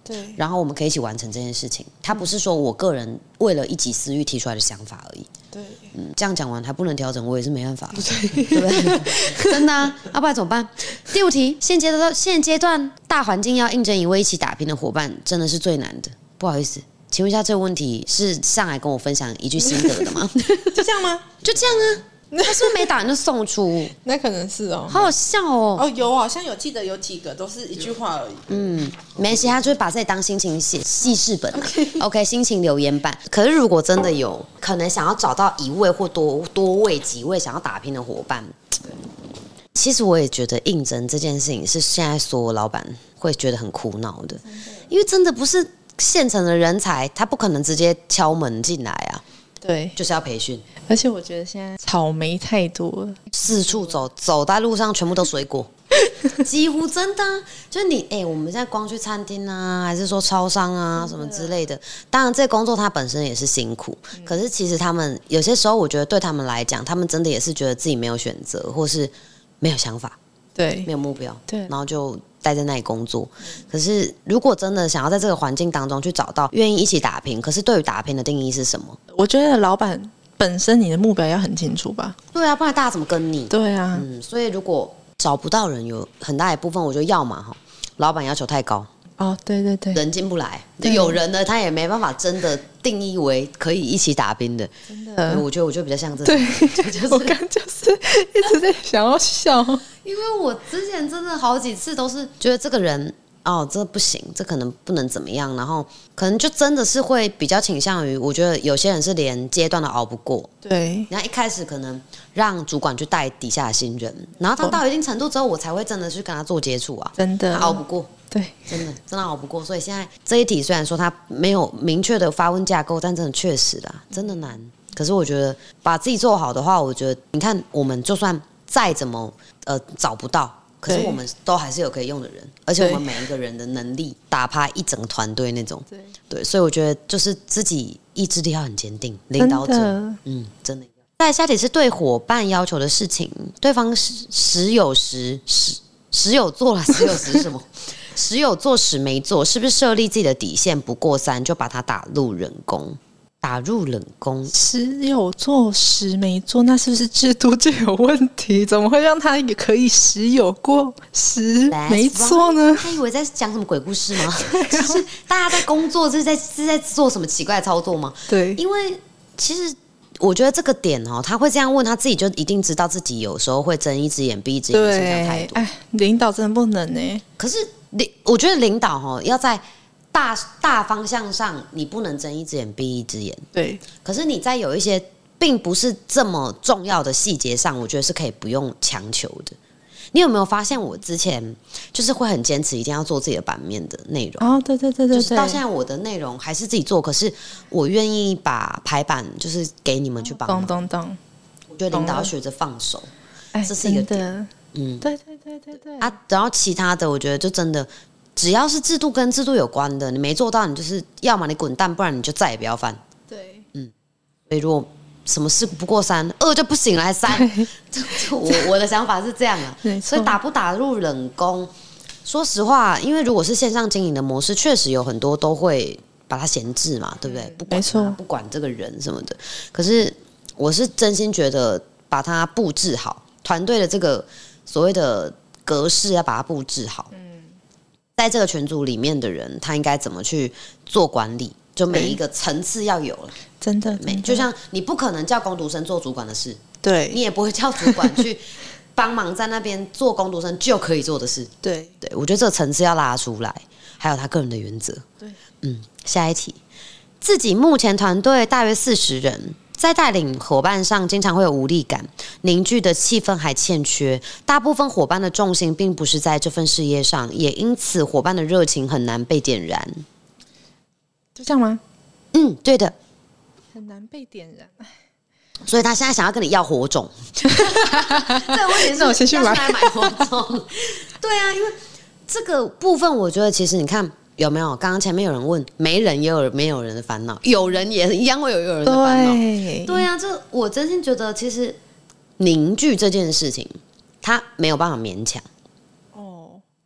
对， 然后我们可以一起完成这件事情。它不是说我个人为了一己私欲提出来的想法而已。 对， 这样讲完还不能调整，我也是没办法，对不对？真的啊，要不然怎么办？第5题，现阶段大环境要应征一位一起打拼的伙伴，真的是最难的。不好意思，请问一下，这个问题是上来跟我分享一句心得的吗？ 就这样吗？ 就这样啊。他是不是没打人就送出？ 那可能是哦， 好好笑哦。 哦，有好像有记得有几个都是一句话而已。 没关系，他就是把自己当心情写记事本啊。OK， 心情留言板。可是如果真的有可能想要找到一位或多位几位想要打拼的伙伴，其实我也觉得应征这件事情是现在所有老板会觉得很苦恼的，因为真的不是现成的人才，他不可能直接敲门进来啊。 对， 就是要培训。 而且我觉得现在草莓太多了， 四处走在路上全部都水果，几乎真的啊、就是你我们现在光去餐厅啊，还是说超商啊什么之类的，当然这工作它本身也是辛苦，可是其实他们有些时候，我觉得对他们来讲，他们真的也是觉得自己没有选择，或是没有想法， 对， 没有目标， 对， 然后就待在那里工作。可是如果真的想要在这个环境当中去找到愿意一起打拼，可是对于打拼的定义是什么？ 我觉得老板本身你的目标要很清楚吧？ 对啊，不然大家怎么跟你？ 对啊， 所以如果找不到人，有很大一部分，我觉得要嘛哈，老板要求太高。 哦，对对对， 人进不来，有人呢，他也没办法真的定义为可以一起打拼的。 真的， 我觉得比较像这种。 对， 就是我刚就是一直在想要笑， 因为我之前真的好几次都是觉得这个人这不行，这可能不能怎么样，然后可能就真的是会比较倾向于，我觉得有些人是连阶段都熬不过。 对， 然后一开始可能让主管去带底下的新人，然后他到一定程度之后，我才会真的去跟他做接触啊。 真的他熬不过。 对， 真的熬不过，所以现在这一题虽然说它没有明确的发问架构，但真的确实啦，真的难。可是我觉得把自己做好的话，我觉得你看我们就算再怎么找不到，可是我们都还是有可以用的人，而且我们每一个人的能力打趴一整个团队那种。对，所以我觉得就是自己意志力要很坚定，领导者，真的。再下题是对伙伴要求的事情，对方时有做了，时有时是什么？时有做，时没做，是不是设立自己的底线不过3就把它打入冷宫？打入冷宫， 时有做，时没做，那是不是制度就有问题？怎么会让他也可以时有过，时没做呢？ 他以为在讲什么鬼故事吗？就是大家在工作是在做什么奇怪的操作吗？ 对， 因为其实我觉得这个点他会这样问，他自己就一定知道自己有时候会睁一只眼闭一只眼的现象太多。 哎，领导真的不能呢。 可是我觉得领导要在大方向上，你不能睁一只眼闭一只眼。 对。 可是你在有一些并不是这么重要的细节上，我觉得是可以不用强求的。你有没有发现我之前就是会很坚持一定要做自己的版面的内容？ 哦，对， 就是到现在我的内容还是自己做，可是我愿意把排版就是给你们去帮忙。 懂。 我觉得领导要学着放手，这是一个点。 对啊，然后其他的我觉得就真的只要是制度跟制度有关的，你没做到，你就是要么你滚蛋，不然你就再也不要犯。 对， 所以如果什么事不过3，就不行了，还3，我的想法是这样啊。所以打不打入冷宫，说实话，因为如果是线上经营的模式，确实有很多都会把它闲置嘛，对不对？ 没错， 不管这个人什么的。可是我是真心觉得把它布置好，团队的这个所谓的格式要把它布置好。在这个群组里面的人，他应该怎么去做管理？就每一个层次要有了， 真的， 就像你不可能叫工读生做主管的事， 对， 你也不会叫主管去帮忙在那边做工读生就可以做的事， 对， 我觉得这个层次要拉出来，还有他个人的原则， 对， 下一题，自己目前团队大约40人。在带领伙伴上，经常会有无力感，凝聚的气氛还欠缺。大部分伙伴的重心并不是在这份事业上，也因此伙伴的热情很难被点燃。 就这样吗？ 对的， 很难被点燃。 所以他现在想要跟你要火种。这个问题是我先去买火种。对啊，因为这个部分，我觉得其实你看。有没有？刚刚前面有人问，没人也有没有人的烦恼，有人也一样会有人的烦恼。对啊，这我真心觉得，其实凝聚这件事情，它没有办法勉强。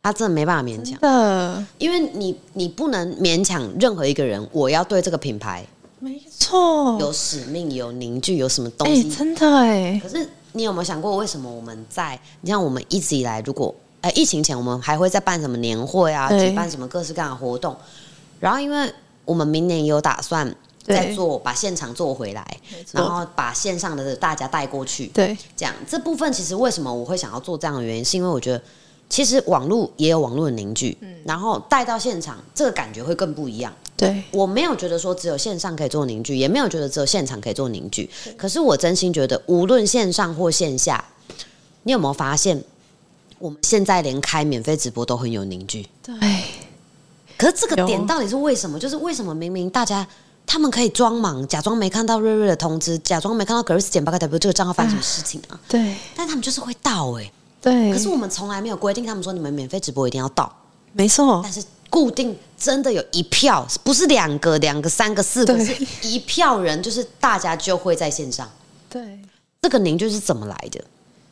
他真的没办法勉强的， 因为你不能勉强任何一个人，我要对这个品牌没错， 有使命、有凝聚、有什么东西， 真的可是你有没有想过，为什么我们你像我们一直以来，如果疫情前我们还会在办什么年会啊，举办什么各式各样的活动，然后因为我们明年也有打算再把现场做回来，然后把线上的大家带过去， 对， 这样这部分其实为什么我会想要做这样的原因，是因为我觉得其实网络也有网络的凝聚，然后带到现场，这个感觉会更不一样。 对， 我没有觉得说只有线上可以做凝聚，也没有觉得只有现场可以做凝聚。可是我真心觉得，无论线上或线下，你有没有发现，我们现在连开免费直播都很有凝聚？ 对。 可是这个点到底是为什么？就是为什么明明大家他们可以装忙，假装没看到瑞瑞的通知，假装没看到 Grace_8W 这个账号发生什么事情啊？ 对， 但他们就是会到对。 可是我们从来没有规定他们说你们免费直播一定要到， 没错。 但是固定真的有一票，不是2个、3个、4个，是一票人，就是大家就会在线上。 对， 这个凝聚是怎么来的？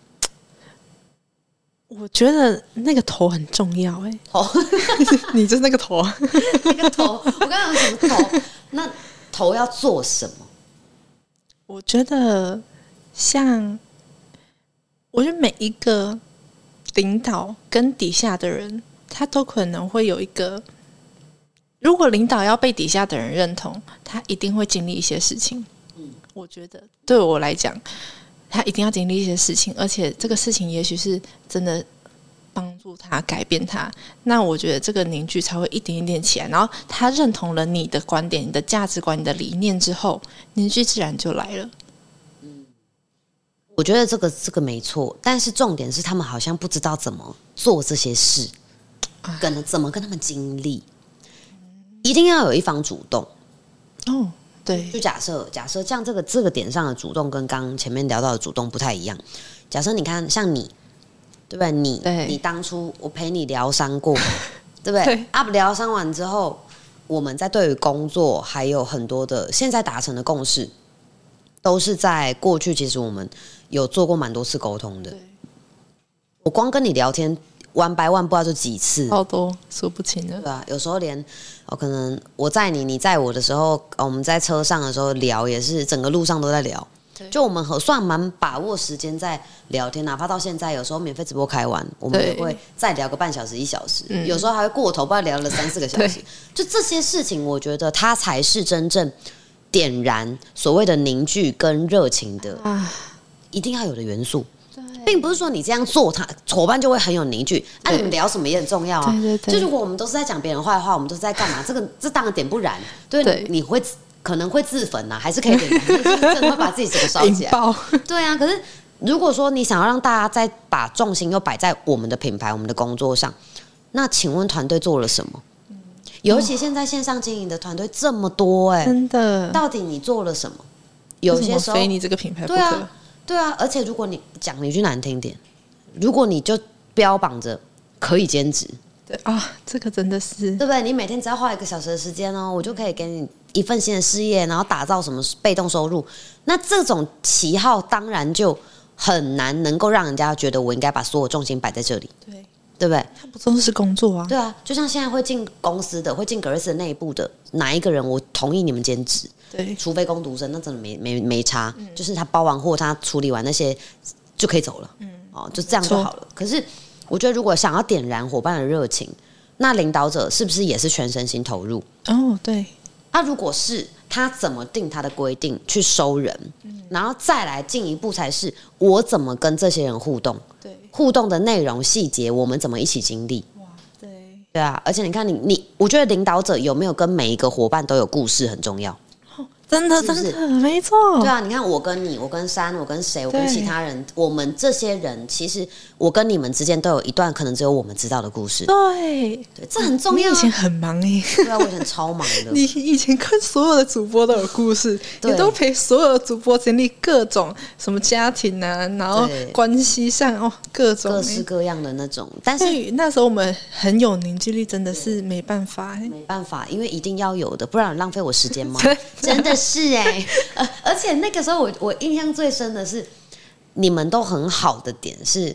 我觉得那个头很重要头， 你就是那个头那个头，我刚刚有什么头？那头要做什么？ 我觉得我觉得每一个领导跟底下的人，他都可能会有一个，如果领导要被底下的人认同，他一定会经历一些事情。我觉得对我来讲，他一定要经历一些事情，而且这个事情也许是真的帮助他改变他，那我觉得这个凝聚才会一点一点起来，然后他认同了你的观点、你的价值观、你的理念之后，凝聚自然就来了。 我觉得这个没错，但是重点是他们好像不知道怎么做这些事，怎么跟他们经历，一定要有一方主动。 哦，对， 就假设像这个点上的主动跟刚刚前面聊到的主动不太一样。假设你看像你，对不对？你当初我陪你疗伤过，对不对？ 对疗伤完之后，我们在对于工作还有很多的现在达成的共识，都是在过去其实我们有做过蛮多次沟通的。我光跟你聊天100万不知道就几次， 好多说不清了。 对啊，有时候连可能我载你，你载我的时候，我们在车上的时候聊，也是整个路上都在聊。就我们算蛮把握时间在聊天，哪怕到现在，有时候免费直播开完，我们也会再聊个半小时、1小时，有时候还会过头，不知道聊了3-4个小时。就这些事情，我觉得它才是真正点燃所谓的凝聚跟热情的，一定要有的元素。并不是说你这样做，伙伴就会很有凝聚。你们聊什么也很重要啊。就如果我们都是在讲别人坏话，我们都是在干嘛？这当然点不燃。对，你会可能会自焚还是可以点燃，真的会把自己整个烧起来。对啊，可是如果说你想要让大家再把重心又摆在我们的品牌、我们的工作上，那请问团队做了什么？尤其现在线上经营的团队这么多， 真的， 到底你做了什么？有些时候非你这个品牌不可。 对啊，而且如果你讲一句难听点，如果你就标榜着可以兼职， 对啊，这个真的是， 对不对？你每天只要花1个小时的时间我就可以给你一份新的事业，然后打造什么被动收入。那这种旗号当然就很难能够让人家觉得我应该把所有重心摆在这里，对不对？ 他不重视工作啊。 对啊，就像现在会进公司的、会进 Grace 的内部的哪一个人，我同意你们兼职。 对， 除非工读生，那真的没差，就是他包完货，他处理完那些就可以走了，就这样就好了。可是我觉得，如果想要点燃伙伴的热情，那领导者是不是也是全身心投入？ 对。 如果是他怎么定他的规定去收人，然后再来进一步才是我怎么跟这些人互动，互动的内容细节，我们怎么一起经历？对啊，而且你看我觉得领导者有没有跟每一个伙伴都有故事很重要。 真的没错。 对啊，你看我跟你，我跟珊，我跟谁，我跟其他人，我们这些人，其实我跟你们之间都有一段可能只有我们知道的故事。 对， 这很重要。 你以前很忙对啊，我以前超忙的。 你以前跟所有的主播都有故事，你都陪所有的主播经历各种什么家庭啊，然后关系上各种各式各样的那种。但是那时候我们很有凝聚力，真的是没办法， 因为一定要有的，不然浪费我时间吗？真的是而且那个时候我印象最深的是，你们都很好的点是，就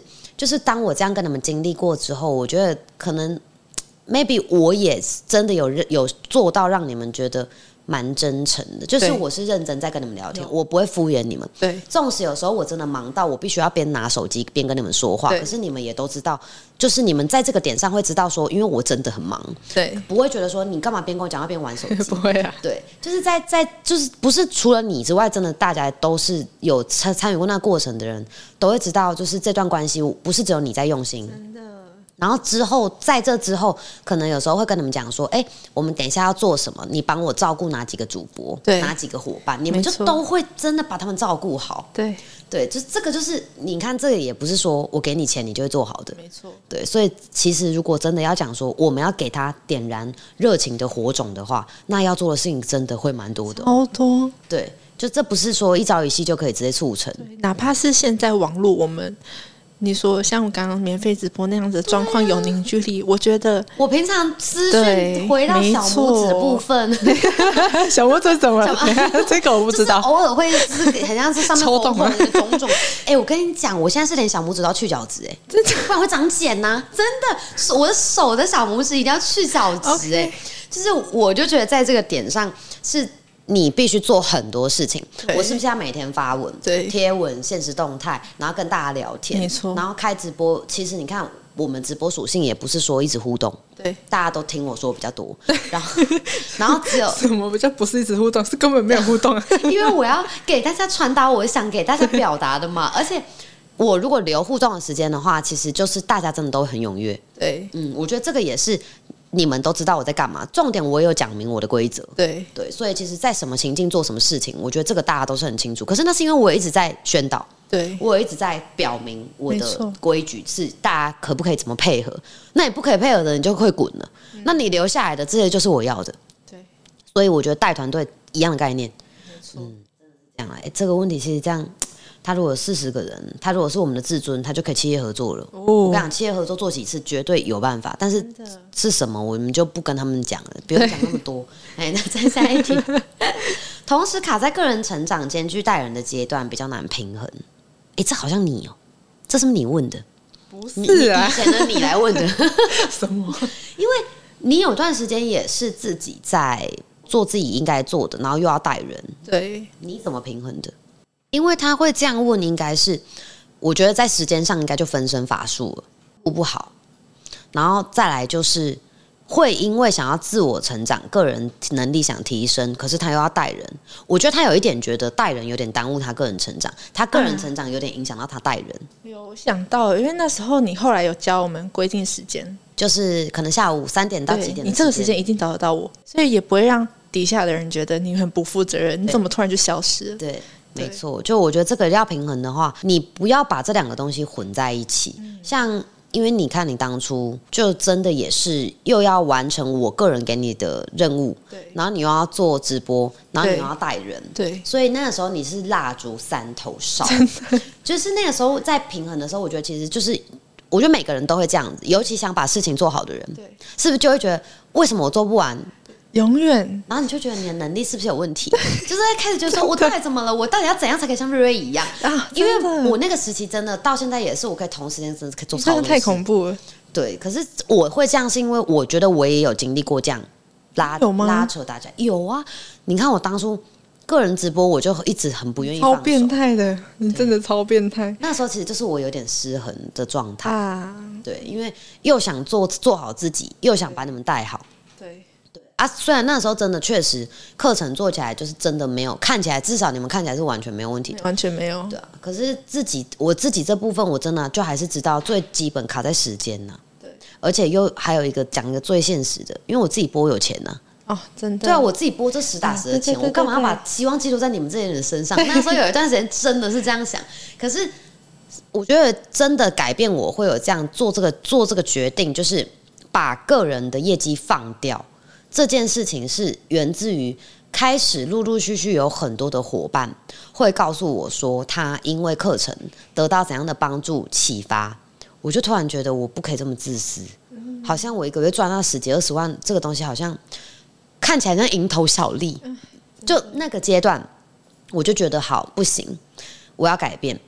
就是当我这样跟你们经历过之后，我觉得可能 maybe 我也真的有做到让你们觉得蛮真诚的，就是我是认真在跟你们聊天，我不会敷衍你们。 对， 纵使有时候我真的忙到我必须要边拿手机边跟你们说话，可是你们也都知道，就是你们在这个点上会知道说，因为我真的很忙， 对， 不会觉得说你干嘛边跟我讲话边玩手机， 不会啊， 对，就是在就是不是除了你之外，真的大家都是有参与过那个过程的人，都会知道，就是这段关系不是只有你在用心，真的。然后之后，在这之后，可能有时候会跟你们讲说，我们等一下要做什么，你帮我照顾哪几个主播，哪几个伙伴，你们就都会真的把他们照顾好。对，就这个就是你看，这个也不是说我给你钱你就会做好的， 没错。 对，所以其实如果真的要讲说我们要给他点燃热情的火种的话，那要做的事情真的会蛮多的， 超多。 对，就这不是说一朝一夕就可以直接促成， 哪怕是现在网络我们。你说像我刚刚免费直播那样子的状况有凝聚力，我觉得我平常资讯回到小拇指部分， 小拇指怎么了？这个我不知道， 偶尔会是很像是上面红红的种种。我跟你讲，我现在是连小拇指都要去角质，真的，不然会长茧呐、真的，我的手的小拇指一定要去角质，就是我就觉得在这个点上是。你必须做很多事情，我是不是要每天发文、贴文、限时动态，然后跟大家聊天？ 没错。 然后开直播，其实你看我们直播属性也不是说一直互动， 对， 大家都听我说比较多，然后只有什么比较不是一直互动，是根本没有互动， 因为我要给大家传达我想给大家表达的嘛，而且。我如果留互动的时间的话，其实就是大家真的都很踊跃。 对， 我觉得这个也是你们都知道我在干嘛。重点我也有讲明我的规则。 对， 所以其实，在什么情境做什么事情，我觉得这个大家都是很清楚。可是那是因为我一直在宣导， 对我一直在表明我的规矩是大家可不可以怎么配合。那你不可以配合的，你就会滚了。那你留下来的这些就是我要的。 对， 所以我觉得带团队一样的概念。 没错， 真的是这样啊。这个问题其实这样。他如果有40个人，他如果是我们的至尊，他就可以企业合作了。我跟你讲，企业合作做几次绝对有办法，但是是什么我们就不跟他们讲了，不用讲那么多。那再下一题。同时卡在个人成长兼具带人的阶段，比较难平衡。这好像你这是不是你问的？ 不是啊， 以前的你来问的。 什么？ 因为你有段时间也是自己在做自己应该做的，然后又要带人。 对， 你怎么平衡的？因为他会这样问，应该是我觉得在时间上应该就分身乏术了，顾不好。然后再来就是会因为想要自我成长、个人能力想提升，可是他又要带人。我觉得他有一点觉得带人有点耽误他个人成长，他个人成长有点影响到他带人。 有想到，因为那时候你后来有教我们规定时间， 就是可能下午3点到几点的时间， 你这个时间一定找得到我，所以也不会让底下的人觉得你很不负责任，你怎么突然就消失了？ 对。没错，就我觉得这个要平衡的话，你不要把这2个东西混在一起。像因为你看你当初就真的也是又要完成我个人给你的任务， 对， 然后你又要做直播，然后你又要带人， 对， 所以那个时候你是蜡烛3头烧，就是那个时候在平衡的时候，我觉得其实就是我觉得每个人都会这样子，尤其想把事情做好的人， 对， 是不是就会觉得为什么我做不完？ 永远， 然后你就觉得你的能力是不是有问题？就是在开始就说，我到底怎么了？我到底要怎样才可以像瑞瑞一样啊？因为我那个时期真的到现在也是，我可以同时间真的可以做超多事， 真的太恐怖了。 对，可是我会这样，是因为我觉得我也有经历过这样拉扯大家。有啊，你看我当初个人直播，我就一直很不愿意放手， 超变态的，你真的超变态。 那时候其实就是我有点失衡的状态啊， 对，因为又想做好自己，又想把你们带好， 对。 虽然那时候真的确实课程做起来就是真的没有看起来，至少你们看起来是完全没有问题的， 完全没有。 对啊，可是我自己这部分我真的就还是知道最基本卡在时间呐。 对， 而且又还有讲一个最现实的，因为我自己播有钱呐。 哦，真的。 对啊，我自己播这实打实的钱，我干嘛要把希望寄托在你们这些人身上？那时候有一段时间真的是这样想，可是我觉得真的改变我会有这样做这个决定，就是把个人的业绩放掉。这件事情是源自于开始陆陆续续有很多的伙伴会告诉我说，他因为课程得到怎样的帮助启发，我就突然觉得我不可以这么自私，好像我1个月赚到10几20万，这个东西好像看起来像蝇头小利。就那个阶段，我就觉得好不行，我要改变。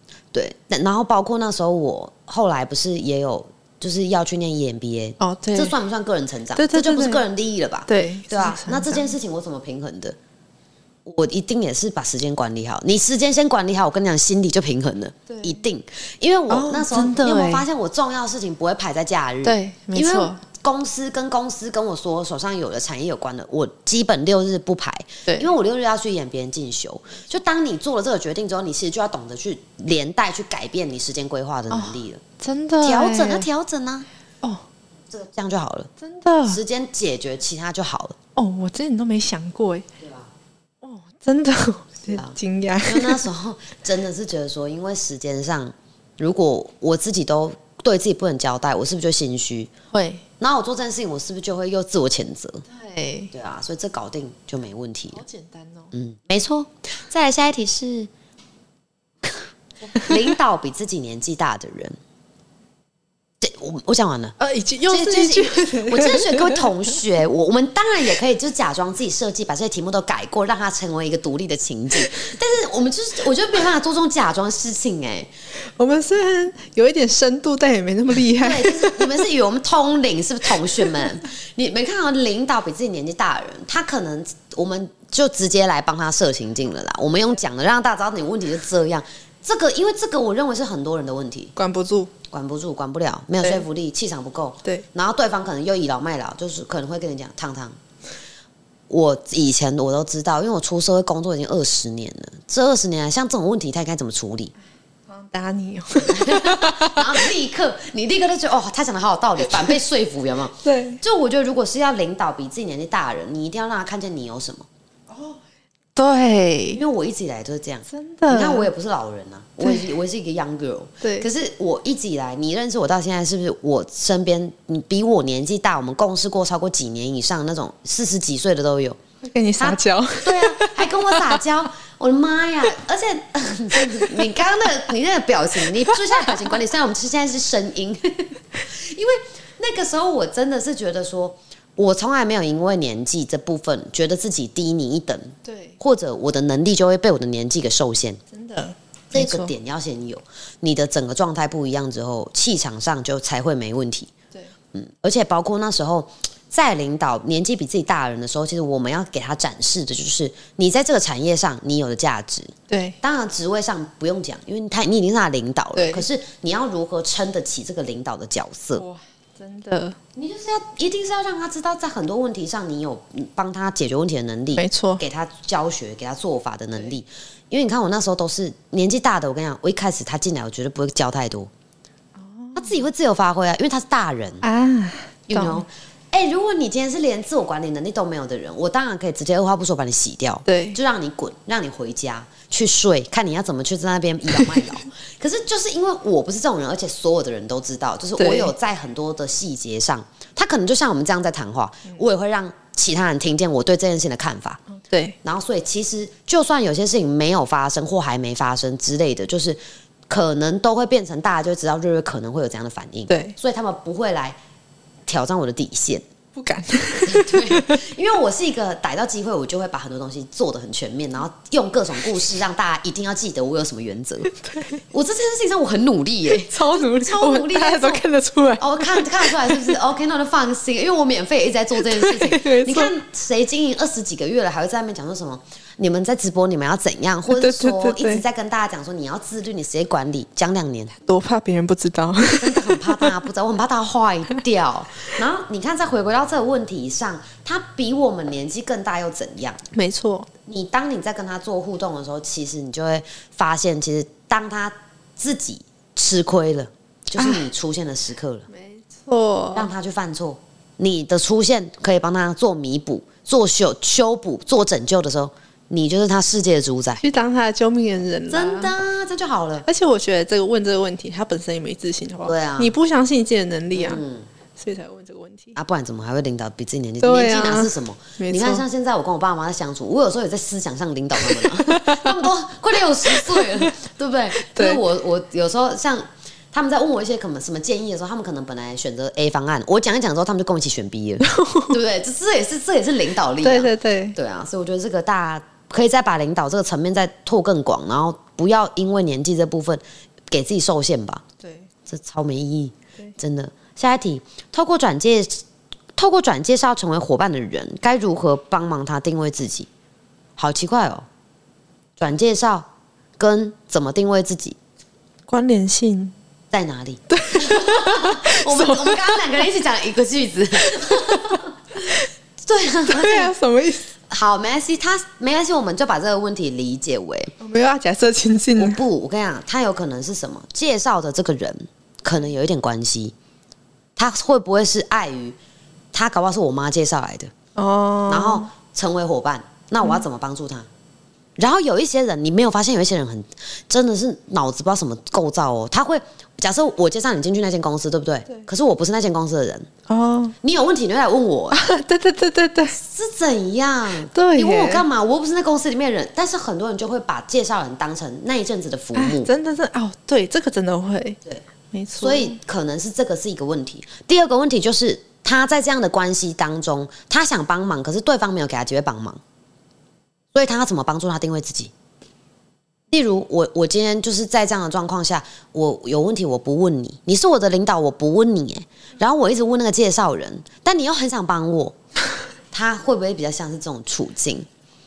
对，然后包括那时候我后来不是也有就是要去念 EMBA 哦，对， 这算不算个人成长？ 对对对这就不是个人利益了吧？ 对对啊，那这件事情我怎么平衡的？我一定也是把时间管理好。你时间先管理好，我跟你讲，心里就平衡了，一定。因为我那时候， 真的你有没有发现我重要的事情不会排在假日？ 对，没错。 因为公司跟我说手上有的产业有关的，我基本6日不排。 对， 因为我6日要去演别人进修。就当你做了这个决定之后，你其实就要懂得去连带去改变你时间规划的能力了。 真的调整啊！ 哦， 这样就好了。 真的， 时间解决其他就好了。 哦，我之前都没想过哎。 对吧？ 哦，真的，惊讶。 因为那时候真的是觉得说，因为时间上，如果我自己都对自己不能交代，我是不是就心虚？ 会。 然后我做这件事情，我是不是就会又自我谴责？ 对， 对啊，所以这搞定就没问题了。 好简单哦。 没错。再来下一题是，领导比自己年纪大的人。对，我讲完了。 已经又是一句。 我真的觉得各位同学，我们当然也可以就假装自己设计，把这些题目都改过，让它成为一个独立的情景。但是我们我觉得没办法做这种假装事情我们虽然有一点深度，但也没那么厉害。 对，就是你们是以为我们通灵，是不是同学们？你没看到领导比自己年纪大的人，他可能我们就直接来帮他设情境了啦。我们用讲的让大家知道你问题是这样。因为这个我认为是很多人的问题， 管不住， 管不了，没有说服力，气场不够。 对， 然后对方可能又倚老卖老，就是可能会跟你讲，汤，我以前我都知道，因为我出社会工作已经20年了，这20年来，像这种问题，他应该怎么处理？ 打你然后你立刻就觉得他讲的好有道理，反被说服，有没有？ 对， 就我觉得，如果是要领导比自己年纪大的人，你一定要让他看见你有什么。 对， 因为我一直以来都是这样， 真的。 你看，我也不是老人啊，我也是一个 young girl。 对， 可是我一直以来，你认识我到现在，是不是我身边你比我年纪大，我们共事过超过几年以上那种40几岁的都有， 会跟你撒娇。 对啊，还跟我撒娇，我的妈呀！而且你刚刚你那个表情，你注意一下表情管理，虽然我们现在是声音，因为那个时候我真的是觉得说。我从来没有因为年纪这部分觉得自己低你一等， 对， 或者我的能力就会被我的年纪给受限。 真的， 这个点要先有，你的整个状态不一样之后，气场上就才会没问题。 对， 而且包括那时候在领导年纪比自己大的人的时候，其实我们要给他展示的就是你在这个产业上你有的价值。 对， 当然职位上不用讲，因为你已经是他的领导了。 对， 可是你要如何撑得起这个领导的角色？ 哇，真的， 你就是一定是要让他知道，在很多问题上你有帮他解决问题的能力， 没错， 给他教学、给他做法的能力。因为你看我那时候都是年纪大的，我跟你讲，我一开始他进来，我绝对不会教太多，他自己会自由发挥啊，因为他是大人啊 ，you know。如果你今天是连自我管理能力都没有的人，我当然可以直接二话不说把你洗掉， 对， 就让你滚，让你回家去睡，看你要怎么去在那边倚老卖老。可是就是因为我不是这种人，而且所有的人都知道，就是我有在很多的细节上，他可能就像我们这样在谈话，我也会让其他人听见我对这件事情的看法。 对， 然后所以其实就算有些事情没有发生或还没发生之类的，就是可能都会变成大家就知道瑞瑞可能会有这样的反应。 对， 所以他们不会来挑战我的底线。 不敢。 对，因为我是一个逮到机会，我就会把很多东西做得很全面，然后用各种故事让大家一定要记得我有什么原则。我这件事情上我很努力耶， 超努力，大家都看得出来。 看得出来是不是 ？OK， 那就放心，因为我免费也一直在做这件事情。你看谁经营20几个月了，还会在那边讲说什么？你们在直播，你们要怎样？或者是说一直在跟大家讲说你要自律，你时间管理，讲2年， 多怕别人不知道， 真的很怕大家不知道，我很怕大家坏掉。然后你看，再回归到这个问题上，他比我们年纪更大又怎样？ 没错， 当你在跟他做互动的时候，其实你就会发现，其实当他自己吃亏了，就是你出现的时刻了。 没错， 让他去犯错，你的出现可以帮他做弥补、做修补、做拯救的时候。你就是他世界的主宰， 去当他的救命恩人， 真的，这就好了。 而且我觉得问这个问题，他本身也没自信，好不好？ 对啊， 你不相信你自己的能力啊，所以才问这个问题啊，不然怎么还会领导比自己年纪？ 对啊， 年纪哪是什么？你看，像现在我跟我爸妈在相处，我有时候也在思想上领导他们啊，他们都快60岁了，对不对？对，我有时候像。他们在问我一些可能什么建议的时候，他们可能本来选择 A 方案，我讲一讲之后，他们就跟我一起选 B 了，对不对？这也是领导力、啊， 对对啊，所以我觉得这个大家可以再把领导这个层面再拓更广，然后不要因为年纪这部分给自己受限吧。 对， 这超没意义，真的。下一题，透过转介绍成为伙伴的人，该如何帮忙他定位自己？好奇怪哦，转介绍跟怎么定位自己关联性在哪里？对，我们刚刚两个人一起讲一个句子。对啊， 对啊，什么意思？ 好，没关系，没关系，我们就把这个问题理解为， 我们要假设情境。 我跟你讲，他有可能是什么？介绍的这个人可能有一点关系，他会不会是碍于他搞不好是我妈介绍来的哦，然后成为伙伴，那我要怎么帮助他？然后有一些人，你没有发现有一些人真的是脑子不知道什么构造哦，他会假设我介绍你进去那间公司，对不对？对。可是我不是那间公司的人哦，你有问题你就来问我。 对， 是怎样？ 对， 你问我干嘛？我又不是那公司里面的人。但是很多人就会把介绍人当成那一阵子的服务， 真的是哦，对，这个真的会， 对， 没错。 所以可能是这个是一个问题。第二个问题就是他在这样的关系当中，他想帮忙，可是对方没有给他机会帮忙。所以他要怎么帮助他定位自己？例如我今天就是在这样的状况下，我有问题我不问你，你是我的领导我不问你，然后我一直问那个介绍人，但你又很想帮我，他会不会比较像是这种处境？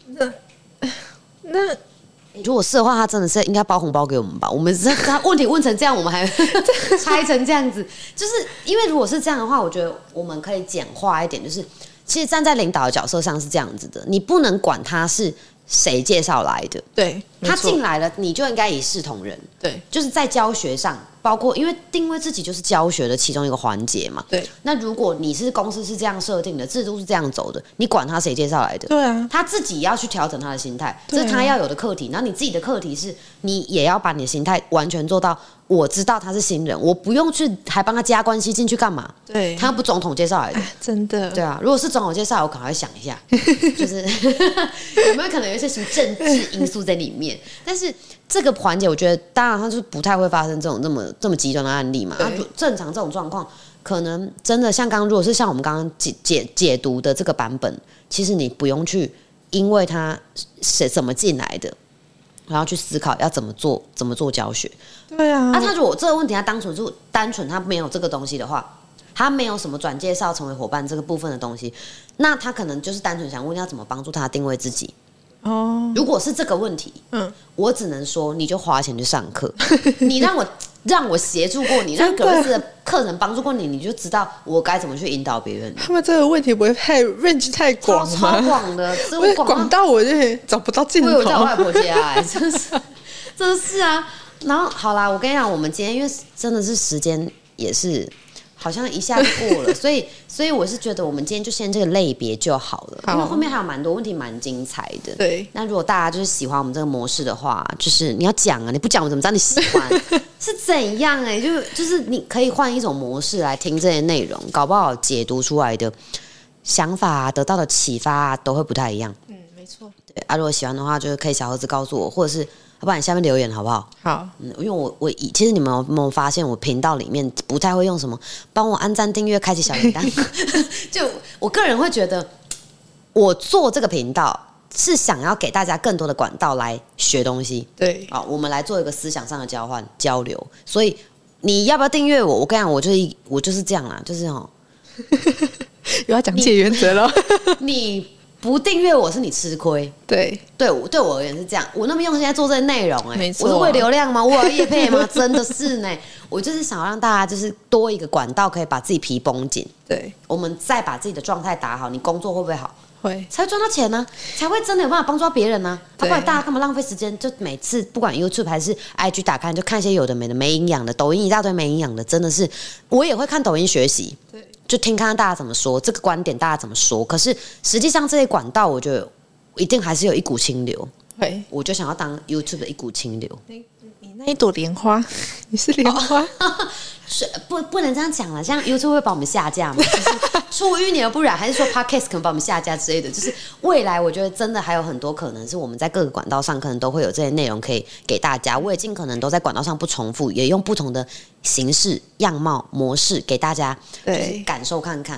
那如果是的话，他真的是应该包红包给我们吧？我们他问题问成这样，我们还拆成这样子，就是因为如果是这样的话，我觉得我们可以简化一点，就是其实站在领导的角色上是这样子的，你不能管他是谁介绍来的， 对， 他进来了，你就应该一视同仁， 对， 就是在教学上，包括因为定位自己就是教学的其中一个环节嘛， 对。 那如果你是公司是这样设定的，制度是这样走的，你管他谁介绍来的， 对啊， 他自己要去调整他的心态，这是他要有的课题。然后你自己的课题是，你也要把你的心态完全做到。我知道他是新人，我不用去还帮他加关系进去干嘛？ 对， 他又不总统介绍来的， 真的。 对啊，如果是总统介绍，我可能会想一下，就是有没有可能有一些什么政治因素在里面？但是这个环节，我觉得当然它就是不太会发生这种这么极端的案例嘛。正常这种状况，可能真的像如果是像我们刚刚解读的这个版本，其实你不用去因为他是怎么进来的。然后去思考要怎么做教学。 对啊。 他如果这个问题他单纯他没有这个东西的话，他没有什么转介绍成为伙伴这个部分的东西，那他可能就是单纯想问要怎么帮助他定位自己。哦。如果是这个问题，我只能说你就花钱去上课，你让我协助过你，让格瑞斯的课程帮助过你，你就知道我该怎么去引导别人。 他们这个问题不会太 range 太广吗？ 超广的， 广到我就找不到尽头。 我有在我外婆家，真是啊。然后好啦，我跟你讲，我们今天因为真的是时间也是好像一下就过了，所以我是觉得我们今天就先这个类别就好了，因为后面还有蛮多问题蛮精彩的。 对， 那如果大家就是喜欢我们这个模式的话，就是你要讲啊，你不讲我怎么知道你喜欢？是怎样就是你可以换一种模式来听这些内容，搞不好解读出来的想法啊，得到的启发啊，都会不太一样。 没错。 对啊，如果喜欢的话，就是可以小盒子告诉我，或者是要不然你下面留言好不好？ 好。 因为我其实你们有没有发现，我频道里面不太会用什么帮我按赞、订阅、开启小铃铛。就我个人会觉得，我做这个频道是想要给大家更多的管道来学东西。 对。 好，我们来做一个思想上的交换交流。所以你要不要订阅我？我跟你讲，我就是这样啦，就是又要讲解原则了。 你不订阅我是你吃亏。对我而言是这样。我那么用心在做这些内容， 没错， 我是为流量吗？我有业配吗？真的是呢。我就是想要让大家就是多一个管道，可以把自己皮绷紧。对，我们再把自己的状态打好，你工作会不会好？会，才会赚到钱呢，才会真的有办法帮助到别人呢。不然大家干嘛浪费时间？就每次不管 YouTube 还是 IG 打开，就看一些有的没的、没营养的，抖音一大堆没营养的，真的是我也会看抖音学习。对。就听看大家怎么说，这个观点大家怎么说。可是实际上这些管道，我觉得一定还是有一股清流。对，我就想要当 YouTube 的一股清流。 你那一朵莲花，你是莲花， 是不能这样讲了。像 YouTube 会把我们下架吗？就是出淤泥而不染，还是说 Podcast 可能把我们下架之类的？就是未来，我觉得真的还有很多可能是我们在各个管道上可能都会有这些内容可以给大家。我也尽可能都在管道上不重复，也用不同的形式、样貌、模式给大家，就是感受看看。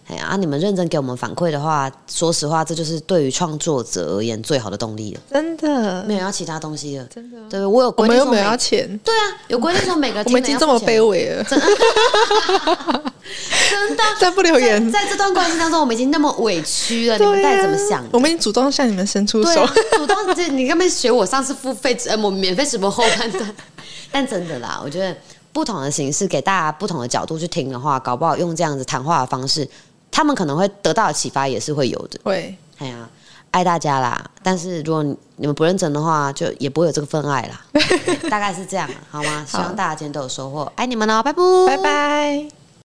哎呀，你们认真给我们反馈的话，说实话，这就是对于创作者而言最好的动力了。 真的没有要其他东西了， 真的， 对，我有我规定说们又没有要钱， 对啊，有规定说每个我们已经这么卑微了， 真的再不留言， 在这段关系当中，我们已经那么委屈了，你们到底怎么想的？ 我们已经主动向你们伸出手， 对啊，主动这你根本学我上次付费我免费直播后半段，但真的啦，我觉得不同的形式给大家不同的角度去听的话，搞不好用这样子谈话的方式，他们可能会得到的启发也是会有的。 会， 哎呀，爱大家啦，但是如果你们不认真的话，就也不会有这个份爱啦，大概是这样，好吗？希望大家今天都有收获，爱你们哦，拜拜， 拜拜。